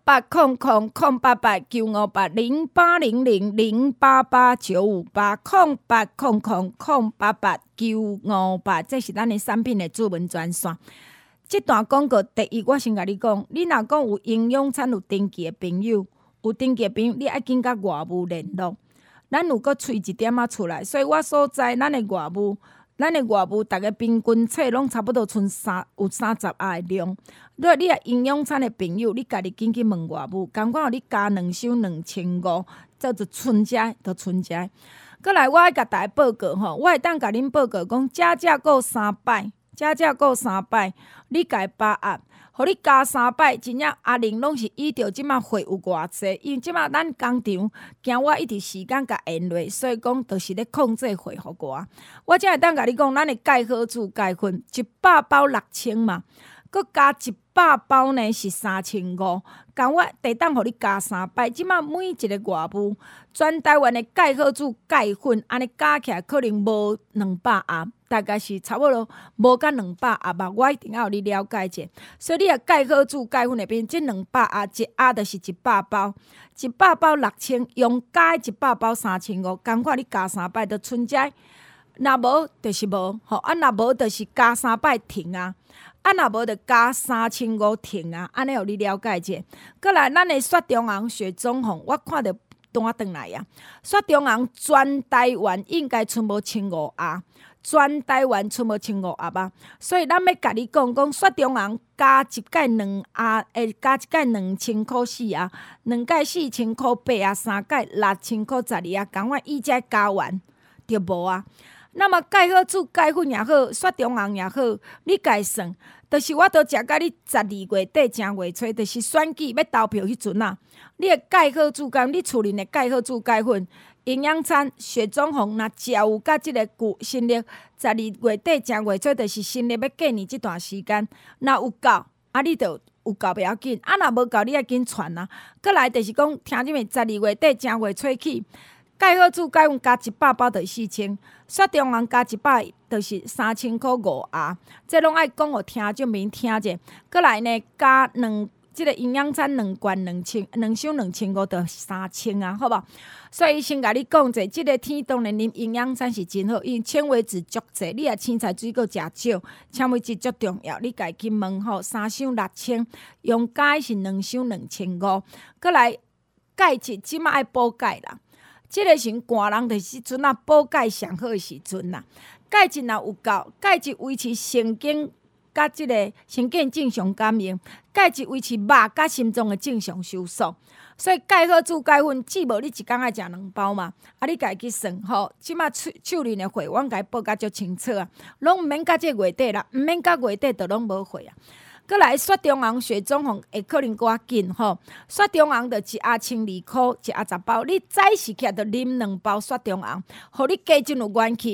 0800-088-958，0888-958，0800-088-958，这是咱的产品的主文专线。这段广告，第一，我先甲你讲，你若讲有营养餐有登记的朋友，你爱紧甲外务联络。咱有搁催一点仔出来，所以我所在咱的外务，逐个平均册拢差不多有30啊的量。如果你也营养餐的朋友，你家己紧去问外务，赶快互你加2箱2500，叫做春食，就春食。过来，我爱甲大家报告吼，我会当甲恁报告讲，加购3摆，你家把握。互你加3摆，真正阿玲拢是依照即马货有偌济，因为即马咱工厂惊我一直时间甲延落，所以讲就是咧控制货互我。我才会当甲你讲，咱的钙好珠钙粉100包6000嘛，佮加100包呢是3500，共我地当互你加3摆。即马每一个外务，全台湾的钙好珠钙粉，安尼加起来可能无200盒。大概是差不多无甲200盒吧，我一定要互你了解者。所以你若钙好珠钙粉内边，即200盒，一盒就是100包，100包6000，用加100包3500，赶快你加3摆就春食。若无就是无，若无就是加3摆停啊。若无就加3500停啊，安尼互你了解者。过来，咱的雪中红、雪中红，我看着单转来啊。雪中红全台湾应该剩无1500盒。全台湾剩无1500盒吧，所以咱要甲你讲，雪中红加一盖2盒，会加一盖2000块4啊，2盖4000块8啊，3盖6000块12啊，赶快伊才加完就无啊。那么钙好珠钙粉也好，雪中红也好，你家算，就是我都食甲你12月底正月初，就是选举要投票迄阵啊。你的钙好珠钙，你厝里的钙好珠钙粉。营养餐雪中红，若食有甲即个新历12月底正月初，就是新历要过年即段时间，若有够，你就有够袂要紧；若无够，你要紧传啊。过来就是讲，听即面12月底正月初起，钙好珠钙粉加100包就是4000，雪中红加100就是3000块5盒，这拢爱讲互听众面听者。过来呢，加即个营养餐2罐2箱2500就3000啊，好无？所以先甲你讲者，即个天当然啉营养餐是真好，因为纤维质足济，你若青菜水果食少，纤维质足重要。你家己问吼，3箱6000，用钙是2箱2500。过来钙质即马爱补钙啦，即个时寒人的时阵啊，补钙上好的时阵啦。钙质若有够，钙质维持神经甲即个神经正常感应，钙质维持肉甲心脏的正常收缩。所以钙好珠钙粉，只无你一工爱食2包嘛，你家己去算吼。即马手里的货，我甲伊报甲足清楚啊，拢毋免到这月底啦，毋免到月底就拢无货啊。过来雪中红、雪中红会可能较紧吼，雪中红就一盒12块，一盒10包。你早时起来就啉2包雪中红，互你加真有元气，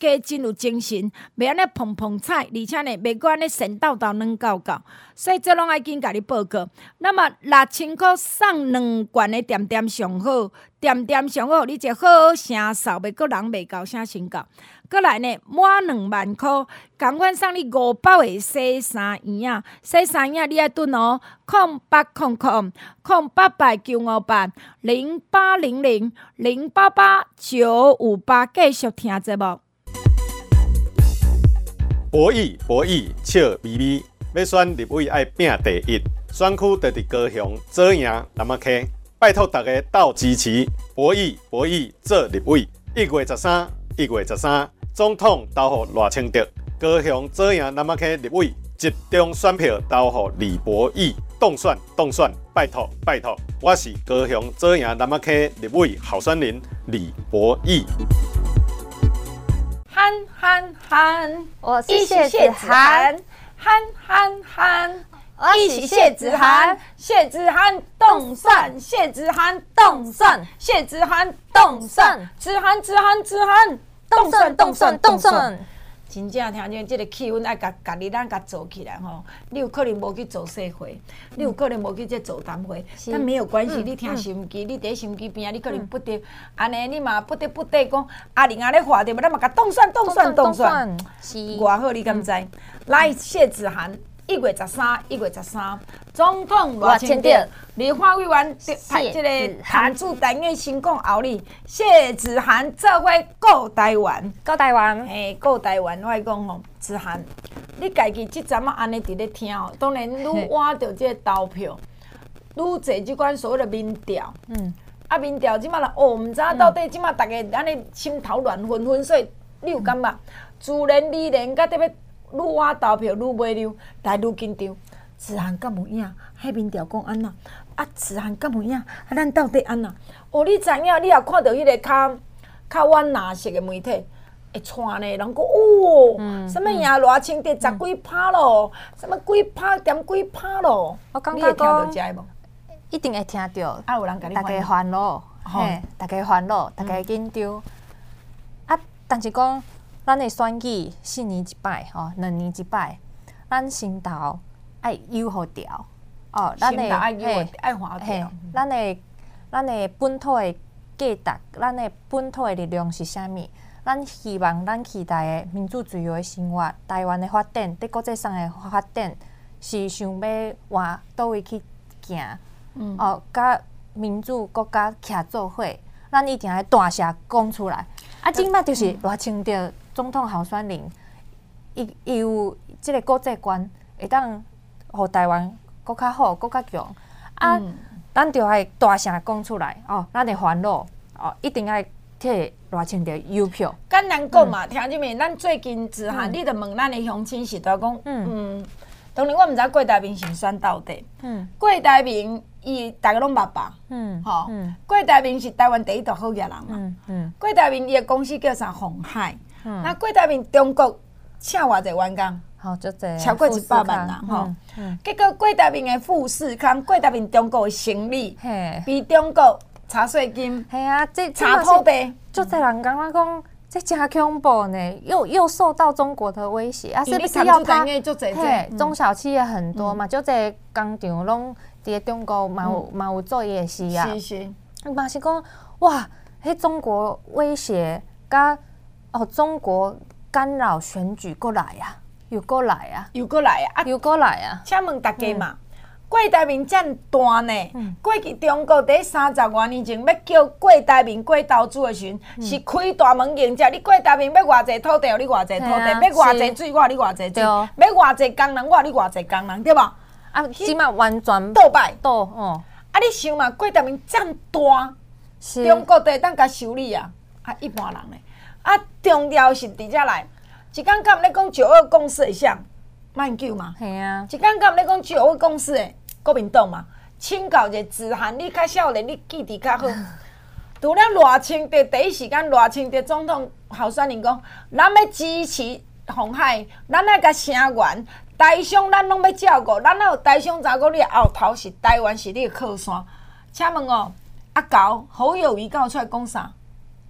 加真有精神，袂安尼碰碰菜，而且呢，袂过安尼神叨叨软搞搞，所以这拢爱紧甲你报告。那么6000块送2罐的点点上好，点点上好，你一好好声扫，袂过人袂高声先到。过来呢，满2万块，共款送你5包的洗衫液啊！洗衫液你爱顿哦，0800-095800-0800-0988，继续听节目。 博弈笑眯眯，要选立委爱拼第一，选区就伫高雄，做赢南仔溪，拜托大家斗支持，博弈做立委，1月13。总统投予赖清德，高雄做赢南仔溪立委，集中选票投予李博义，当选，拜托！我是高雄做赢南仔溪立委候选人李博义。 憨， 我是谢子涵， 憨， 我一起谢子涵，谢子涵动算，谢子涵动算，谢子涵动算，子涵动算。真正听见即个气氛，爱家己咱家做起来吼。你有可能无去做社会，你有可能无去这座谈会，但没有关系。你听收音机，你伫收音机边啊，你可能不得安尼，你嘛不得讲阿玲咧话着，咱嘛甲动算。偌好，你敢知？来，谢子涵。1月13，总统赖清德，立法委员派这个谈驻台院新讲后里，谢子涵做伙顾台湾，顾台湾，我讲吼，子涵，你家己即阵啊安尼伫咧听哦，当然愈换着这个投票，愈侪即款所谓的民调，民调即马啦，毋知到底即马大家安尼心头乱纷纷，所以你有感觉？自然而然，甲特别。愈晚投票愈袂溜，但愈紧张。子涵敢有影？迄民调讲安那？子涵敢有影？咱到底安那？你知影？你也看到迄个较晚蓝色的媒体会传呢？人讲什么赢赖清德10几%咯？什么几%点几%咯？ 我感觉讲，你会听到这无？ 一定会听到。 有人甲你大家烦恼，大家烦恼，大家紧张。但是讲。咱的选举4年一摆吼，2年一摆，咱心头爱有好调哦， 咱的爱滑调。 咱的本土的价值，咱的本土的力量是啥物？咱希望咱期待的民主自由的生活，台湾的发展，伫国际上的发展，是想要往倒位去行？甲民主国家徛做伙，咱一定要大声讲出来。即摆就是赖清德。总统候选人，伊有即个国际观，会当互台湾搁较好、搁较强。咱就爱大声讲出来哦，咱的烦恼一定爱替赖清德邮票。 简单讲嘛，听入面，咱最近子涵，你着问咱的乡亲是在讲，当然我毋知郭台铭是选到底。郭台铭伊大家拢捌吧？吼，郭台铭是台湾第一大好业人嘛。郭台铭伊的公司叫啥？鸿海。那郭台铭中国请偌济员工？ 好，足济， 超过100万人吼。结果郭台铭的富士康，郭台铭中国的生理，比中国查税金，查土地， 足济人感觉讲，这真恐怖呢，又受到中国的威胁啊！是不是要他？中小企业很多嘛，足济工厂拢伫中国嘛有做业事啊。 是。 嘛是讲哇，迄中国威胁甲。中国干扰选举过来啊，又过来啊！ 请问大家嘛，郭台铭这么大呢？过去中国伫30多年前要叫郭台铭过投资的时阵，是开大门迎接你。郭台铭要偌济土地，你偌济土地；要偌济水，我你偌济水；要偌济工人，我你偌济工人，对吧？ 即马完全倒摆你想嘛，郭台铭这么大，中国就会当甲修理啊！一般人呢？重要是伫遮来，一讲甲毋咧讲9·2共识的啥，慢救嘛。 系啊。 一讲甲毋咧讲9·2共识的国民党嘛，请教者子涵，你较少年，你记忆较好。除了赖清德第一时间，赖清德总统候选人讲，咱要支持鸿海，咱要甲声援台商，咱拢要照顾，咱有台商查某，你后头是台湾是你的靠山。请问高侯友宜有出来讲啥？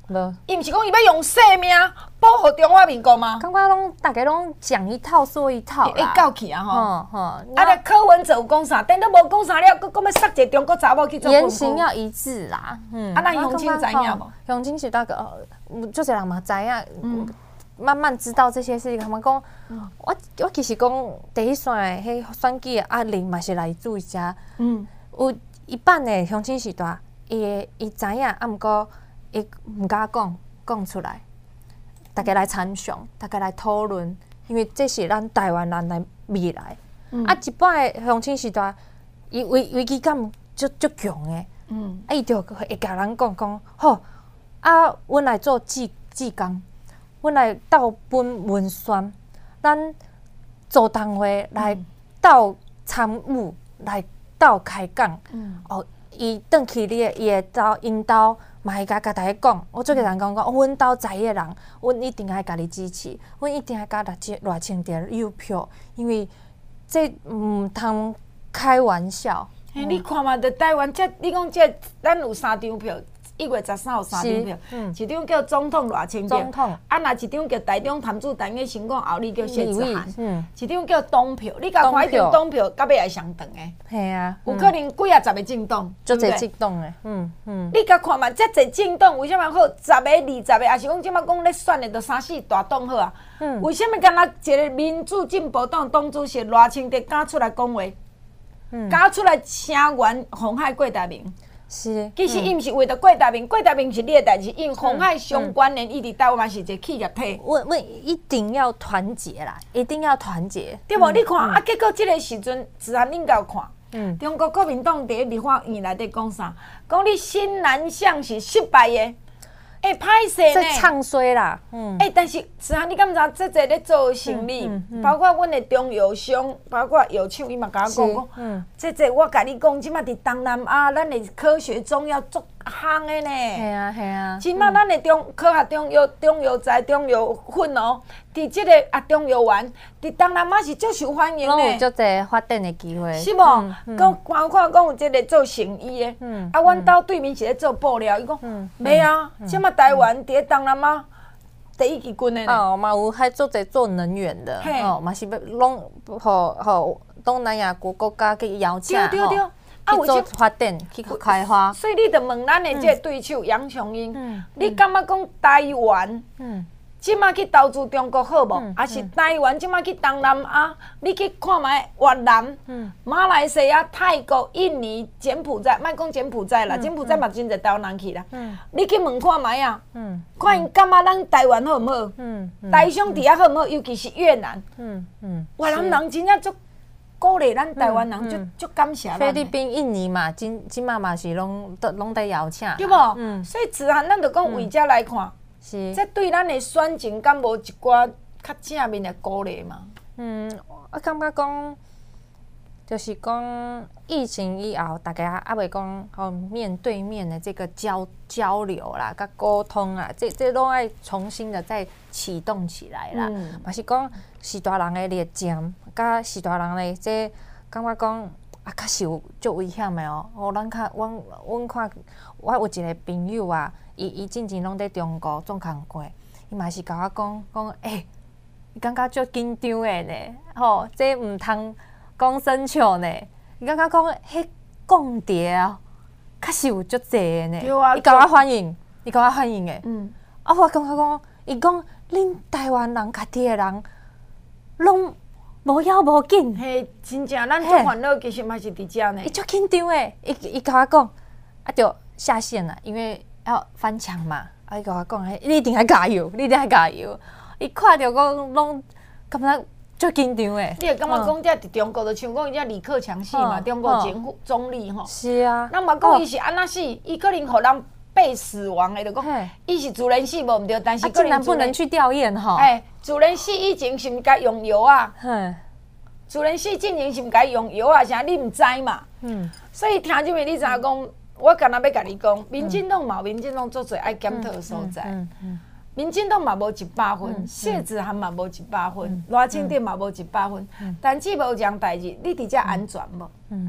无。 伊毋是讲伊要用性命保护中华民国吗？ 感觉大家拢讲一套说一套啦。 会够去啊吼！ 啊， 柯文哲有讲啥？等到无讲啥了，佫要塞一个中国查某去做言行要一致啦。 咱乡亲知影无？ 乡亲是大概就侪人嘛知影。慢慢知道这些事情，他们讲，我其实讲第一线的迄选举的压力嘛是来自于遮。有一半的乡亲时代，伊知影，啊，毋过伊毋敢讲出来，大家来参详，大家来讨论，因为这是咱台湾人的未来。啊，一半的乡亲时代，伊危机感足强的。啊，伊就会甲人讲，好，啊，阮来做志工。阮来斗本文宣，咱组党会来斗参与，来斗开讲。伊转去伊会因兜嘛会甲大家讲，我做个人讲，阮兜在的人，阮一定爱甲你支持，阮一定爱甲偌千点邮票，因为这毋通开玩笑。 你看嘛，伫台湾你讲咱有3张票。1月13号3张票，一张叫总统偌千票，啊，若一张叫台中潭子陈个成功后，你叫谢志涵，一张叫党票。你甲看一张党票，到尾会上长诶。 系啊， 有可能几啊十个政党， 足侪政党诶。 你甲看嘛，遮侪政党为什么好？10个、20个，也是讲即摆讲咧选诶，都3、4大党好啊。为什么敢若一个民主进步党党主席赖清德敢出来讲话，敢出来声援妨害郭台铭？ 是， 其实伊毋是为着郭台铭，郭台铭是你的代志，因妨害相关联，伊伫台湾嘛是一个企业体。 我一定要团结啦，一定要团结， 对无？你看啊，结果即个时阵，自然恁有看，中国国民党伫立法院内底讲啥？讲你新南向是失败的。歹势呢？ 这唱衰啦， 但是自然你敢知？这侪咧做生意，包括阮的中药商，包括药厂，伊嘛甲我讲，这侪我甲你讲，即马伫东南亚，咱的科学中药足夯的呢。 系啊。 即马咱的科学中药材、中药粉哦，伫即个中药丸，伫东南亚是足受欢迎的。 拢有足侪发展的机会。 是无？讲包括讲有即个做成衣的，阮兜对面是咧做布料，伊讲袂啊，即马台湾伫咧东南亚第一支军的呢。 嘛有还做侪做能源的，嘛是要拢互东南亚国家去邀请， 对。 去做发展，去开发。 所以你着问咱的即个对手杨琼英，你感觉讲台湾，即马去投资中国好无？还是台湾即马去东南亚，你去看卖越南、马来西亚、泰国、印尼、柬埔寨，莫讲柬埔寨啦，柬埔寨嘛真侪台湾人去啦。你去问看卖啊，看因感觉咱台湾好毋好？台商伫遐好毋好？尤其是越南，越南人真正足。鼓励咱台湾人足感谢咱。 菲律宾、印尼嘛，今嘛嘛是拢在邀请， 对无？所以自然咱就讲为遮来看， 是这对咱的选情敢无一寡较正面的鼓励嘛？ 我感觉讲，就是讲疫情以后，大家还未讲面对面的这个交流啦、甲沟通啊，这拢爱重新的再启动起来啦。嘛是讲时大人的热情。甲时大人咧，这感觉讲较是有足危险的哦。阮看，我有一个朋友啊，伊之前拢伫中国做工过，伊嘛是甲我讲，伊感觉足紧张的呢。吼，这毋通讲生笑呢。伊感觉讲，迄共谍啊，较是有足济的呢。伊甲我反映，的。我感觉讲，伊讲恁台湾人家己的人，拢。无要无紧， 嘿，真正咱足烦恼，其实嘛是伫遮呢。 伊足紧张诶，伊甲我讲，就下线啦，因为要翻墙嘛。伊甲我讲，你一定要加油，伊看到讲拢感觉足紧张诶。 你会感觉讲，遮伫中国就像讲遮李克强死嘛，中国前总理吼。 是啊。 咱嘛讲伊是安那死，伊可能互人被死亡的，就讲伊是自然死无毋对，但是竟然不能去吊唁吼。 自然死以前是毋该用药啊？自然死进前是毋该用药啊？啥你毋知嘛？所以听这边你知影讲，我干那要甲你讲，民进党嘛，民进党做侪爱检讨的所在。民进党嘛无100分，谢志涵嘛无100分，赖清德嘛无100分，但只无一样代志，你伫遮安全无？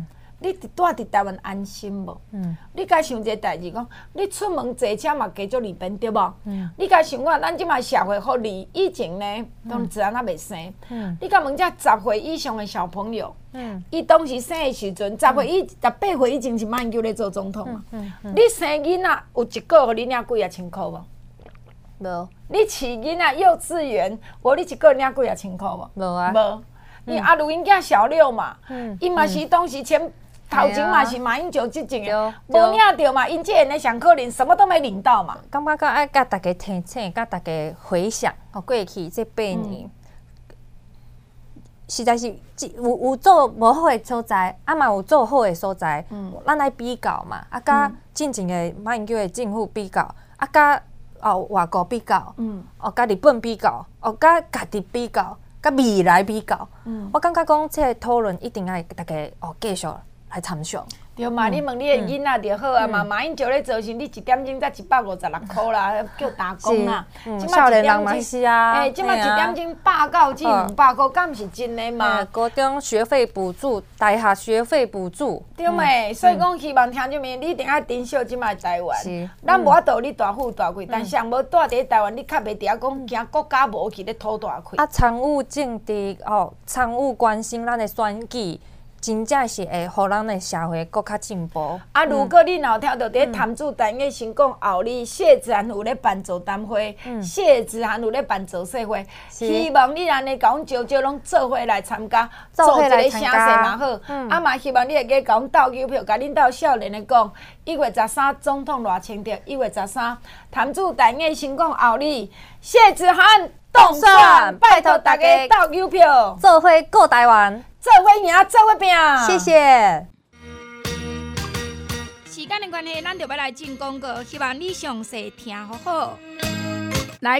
你住伫台湾安心无？你甲想一个代志讲，你出门坐车嘛加足利便对无？你甲想看，咱即摆社会福利以前呢，当自然也袂生。你甲问遮10岁以上的小朋友，伊当时生的时阵，18岁以前是马英九咧做总统嘛？你生囡仔有一个互你领几啊千箍无？ 无。 你饲囡仔幼稚园，你一个领几啊千箍无？ 无啊。 无。因阿如因囝小6嘛，伊嘛是当时头前嘛是马英九执政的，无领到嘛，因这人上可能什么都没领到嘛。 感觉爱甲大家提醒，甲大家回想，过去这8年，实在是有做无好的所在，嘛有做好的所在，咱来比较嘛，甲进前的马英九的政府比较，甲外国比较，甲日本比较，甲家己比较，甲未来比较，我感觉讲这个讨论一定要大家继续来参详。 对嘛，你问你的囡仔就好啊嘛。马英九咧做时，你1点钟才156箍啦，叫打工啦。 少年人嘛是啊， 即马1点钟190至200箍，敢毋是真的嘛？ 高中学费补助，大学学费补助， 对没？所以讲，希望听众们，你一定要珍惜即马台湾。咱无法度你大富大贵，但是若无住伫台湾，你较袂晓讲惊国家无去咧讨大亏。 参与政治参与关心咱的选举。真正是会互咱的社会更较进步。 如果你有听到伫潭子台嘅成功后里，谢志涵有咧办座谈会，谢志涵有咧办造势会，希望你安尼甲阮招拢做伙来参加，做一个声势嘛好。嘛希望你会甲阮斗邮票，甲恁斗少年的讲，1月13总统偌清着，1月13潭子台嘅成功后里，谢志涵动算，拜托大家斗邮票， 做伙顾台湾。 做伙赢，做伙拼。 谢谢。 时间的关系，咱就要来进广告，希望你详细听好好。来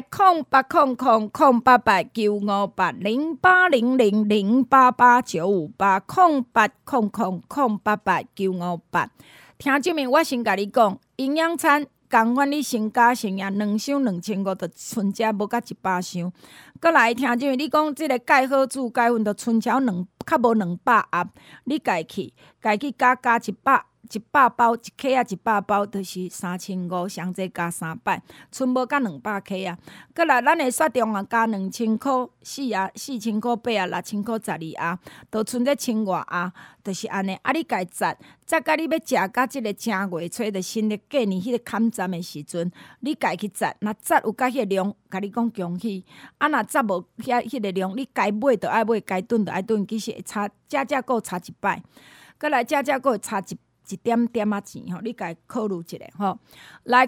0800098808889580889898，听证明我先甲你讲，营养餐。共款你先加先赢，2箱2500，就剩只无甲100箱。搁来听证明你讲即个钙好煮钙粉，就剩超较无200盒，你家去加100包，一克啊100包，就是3500，上济加3摆，剩无甲200克啊。搁来咱的雪中啊加2000箍，4000箍8啊，6000箍12盒，就剩这1000外盒，就是安尼。你家摘，再甲你要食到即个正月初的新历过年迄个坎站的时阵，你家去摘，若摘有甲迄个量，甲你讲恭喜。若摘无迄个量，你该买就爱买，该炖就爱炖，其实会差，加个差1摆。搁来加个会差一点点仔钱吼，你家考虑一下吼。来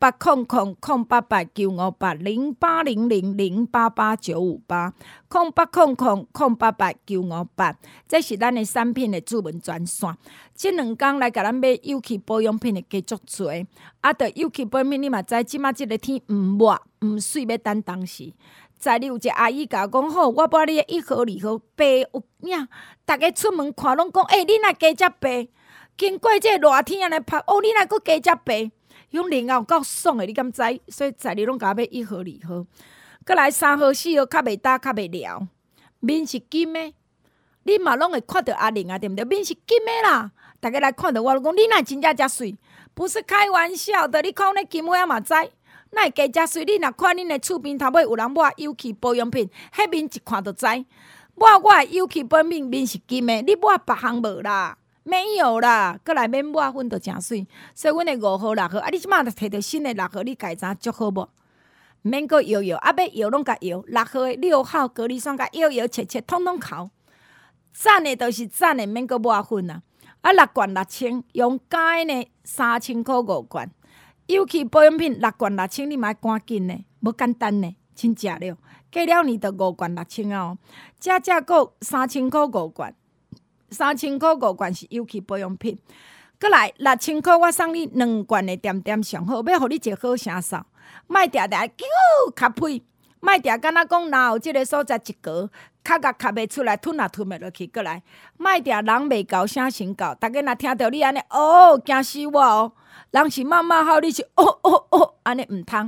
0800088958，0800088958，0800088958，这是咱的产品的主文专线。即2天来甲咱买有机保养品的加足多，着有机保养品你嘛知，即马即个天热毋水要等当时。在你有一个阿姨甲我讲好，我把你的1盒2盒白有影，逐个出门看拢讲，你若加遮白。经过这热天安尼晒，你若搁加遮白，迄种冷有够爽的，你敢知？所以在你拢甲我买1盒2盒，搁来3盒4盒，较袂搭，较袂撩。面是金的，你嘛拢会看到阿玲啊，对毋对？面是金的啦，大家来看到我讲，你若真正遮水，不是开玩笑的。你看那金花嘛知，哪会加遮水？你若看恁的厝边头尾有人抹有机保养品，迄面一看就知。抹我的有机保养品面是金的，你抹别项无啦。没有啦，搁来免抹粉就诚水，所以阮的5盒6盒，你即马就摕到新的6盒，你家知足好无？免搁摇，要摇拢甲摇，6盒的6号隔离霜甲摇切，统统扣。赞的就是赞的，免搁抹粉啊！6罐6000，用加呢3000块5罐，有机保养品6罐6000，你嘛赶紧呢，无简单呢，真食了。过了年就5罐6000哦，加个3000块5罐。3000块5罐是有机保养品，搁来6000块我送你2罐的点点上好，要互你一个好声嗽，莫定定叫卡屁，莫定敢若讲哪有即个所在一格，卡袂出来，吞袂落去，搁来莫定人袂高声先高，逐个若听到你安尼惊死我哦，人是妈好，你是安尼毋通，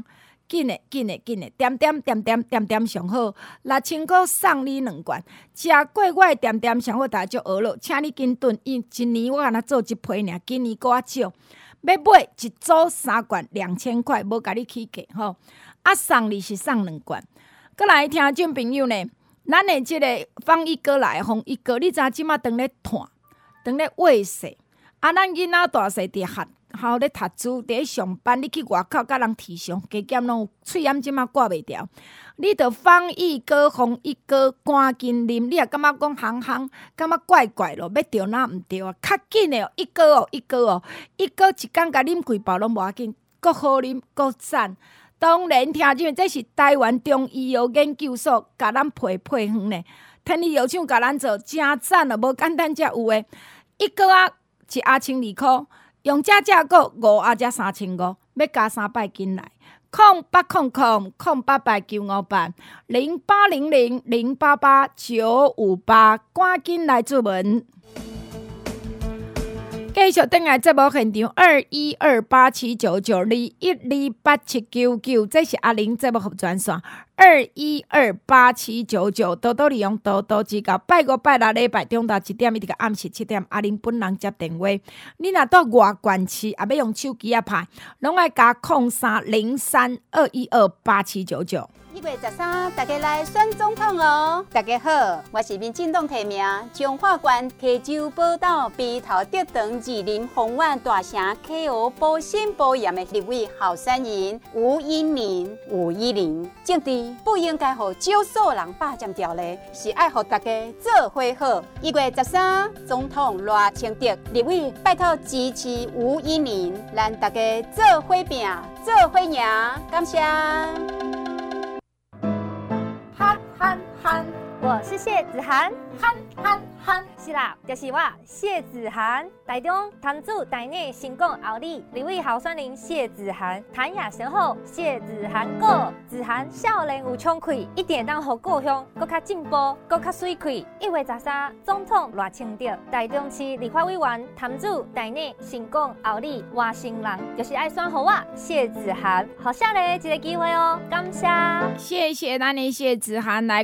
紧的，点上好，6000块送你2罐。食过我的点上好，大家足学了，请你紧顿，因一年我敢若做一批尔，今年搁较少。要买一组3罐2000块，无甲你起价吼。啊，送你是送2罐。过来听众朋友呢，咱的即个放一哥来，放一哥，你知即马当咧炭，当咧喂食。啊，咱囡仔大细伫学校咧读书，伫咧上班，你去外口甲人提上加减拢有喙炎，即马挂袂牢。你着放一哥，放一哥，赶紧啉。你也感觉讲行，感觉怪怪咯，要着哪毋着啊？较紧的哦，一哥哦，一哥一工甲啉几包拢无要紧，阁好啉，阁赞。当然，听众，这是台湾中医药研究所甲咱配方呢。天气药厂甲咱做，真赞哦，无简单才有诶。一个啊，1盒12箍，用这个5盒才3500，要加3摆进来。0800088958 0800088958，赶紧来注文。继续等来节目现场212879921287999，这是阿玲节目服专线2128799，多多利用，多多指教。拜5拜6礼拜中昼1点一直到暗时7点，阿玲本人接电话。你若到外县市，也要用手机啊拍，拢爱加030321287999。 1月13，大家来选总统哦！大家好，我是民进党提名彰化县溪州宝岛鼻头竹塘二林丰苑大城 KO 保心保严的立委候选人吴依林。政治不应该让少数人霸占掉的，是爱让大家做伙好。1月13，总统赖清德立委拜托支持吴依林，让大家做伙拼，做伙赢，感谢。 我是谢子涵，是啦，就是我谢子涵。台中潭子台内成功后里立委候选人谢子涵，谈也上好，谢子涵过，子涵少年有冲气，一定当互故乡搁较进步，搁较水气。1月13，总统赖清德，台中市立法委员潭子台内成功后里外省人，就是爱选互我谢子涵，好下咧一个机会哦，感谢。 谢谢咱的谢子涵来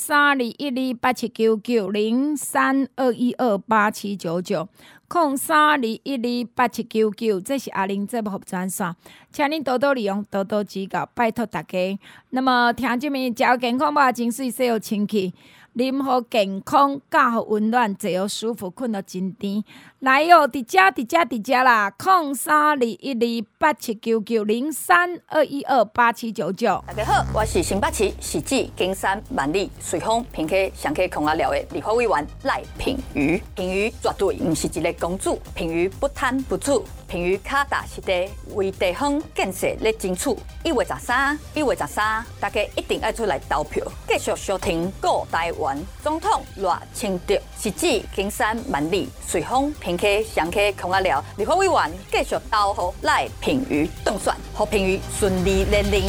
032128799032128799。0321287999，这是阿玲节目服专线，请您多多利用，多多指教，拜托大家。那么听这面食健康吧，真水，洗好清气，啉好健康，觉好温暖，坐好舒服，困到真甜。来哟，伫遮啦！032128799032128799。 大家好，我是新北市市长金山万里随风平溪上溪空阿寮的立法委员赖品妤。品妤绝对不是一个公主，品妤不贪不醋，品妤脚踏实地为地方建设咧争取。1月13，大家一定要出来投票，继續收聽顧台灣總統賴清德，市長金山萬里隨風平溪上溪空阿寮立法委員繼續投予賴品妤當選，讓品妤順利連任。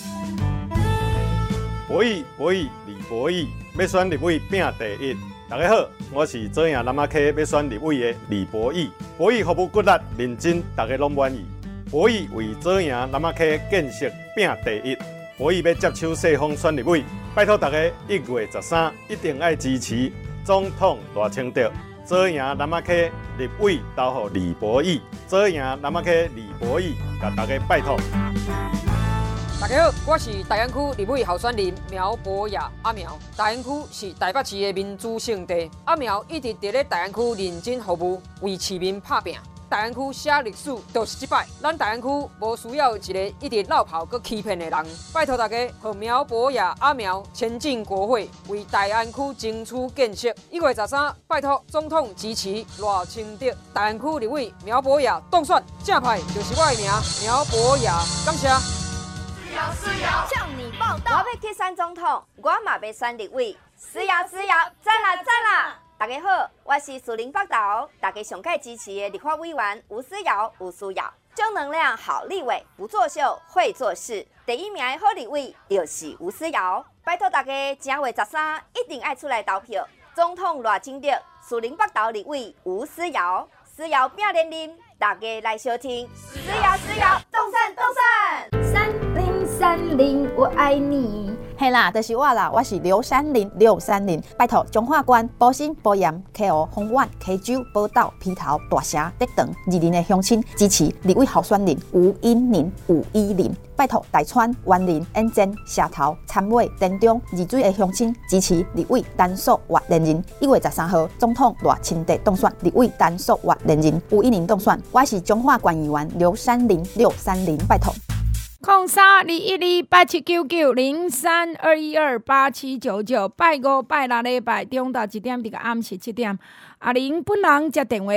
博弈，李博弈，要選立委拼第一。大家好，我是左營南仔溪要選立委的李博弈。博弈服務骨力認真，大家攏滿意。博弈為左營南仔溪建設拼第一。博弈要接手細方選立委，拜託大家1月13一定要支持總統賴清德。左營南仔溪立委投予李博弈，左營南仔溪李博弈，甲大家拜託。 大家好，我是大安區立委候選人苗博雅阿苗。大安區是台北市的民主聖地，阿苗一直伫咧大安區認真服務，為市民拍拼。大安區寫歷史就是這擺，咱大安區無需要一個一直落跑佮欺騙的人。拜託大家，和苗博雅阿苗前進國會，為大安區爭取建設。1月13，拜託總統支持賴清德，大安區立委苗博雅當選，正派就是我的名苗博雅，感謝。 向你報道。我要去選總統，我嘛要選立委。是呀，讚啦！大家好，我是士林北投，大家上屆支持的立法委員吳思瑤，正能量好立委，不作秀會做事。第1名的好立委就是吳思瑤，拜託大家正月13一定要出來投票。總統賴清德，士林北投立委吳思瑤，思瑤拼連任，大家來收聽。思瑤，動算。303 630，我爱你。 嘿啦，就是我啦，我是630，拜托中华关保心保盐 KO 丰苑 K 酒宝岛皮头大城德长二林的乡亲支持立委候选人吴英林，拜托大川湾林延镇社头参尾田中二水的乡亲支持立委单数活连任1月13号总统大清地当选立委单数活连任吴英林当选，我是中华关议员630，拜托。 032187990321287799，拜5拜6礼拜中昼1点，到暗时7点。阿玲本人接电话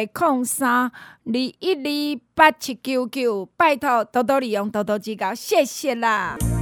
0321287799，拜托多多利用，多多指教，谢谢啦。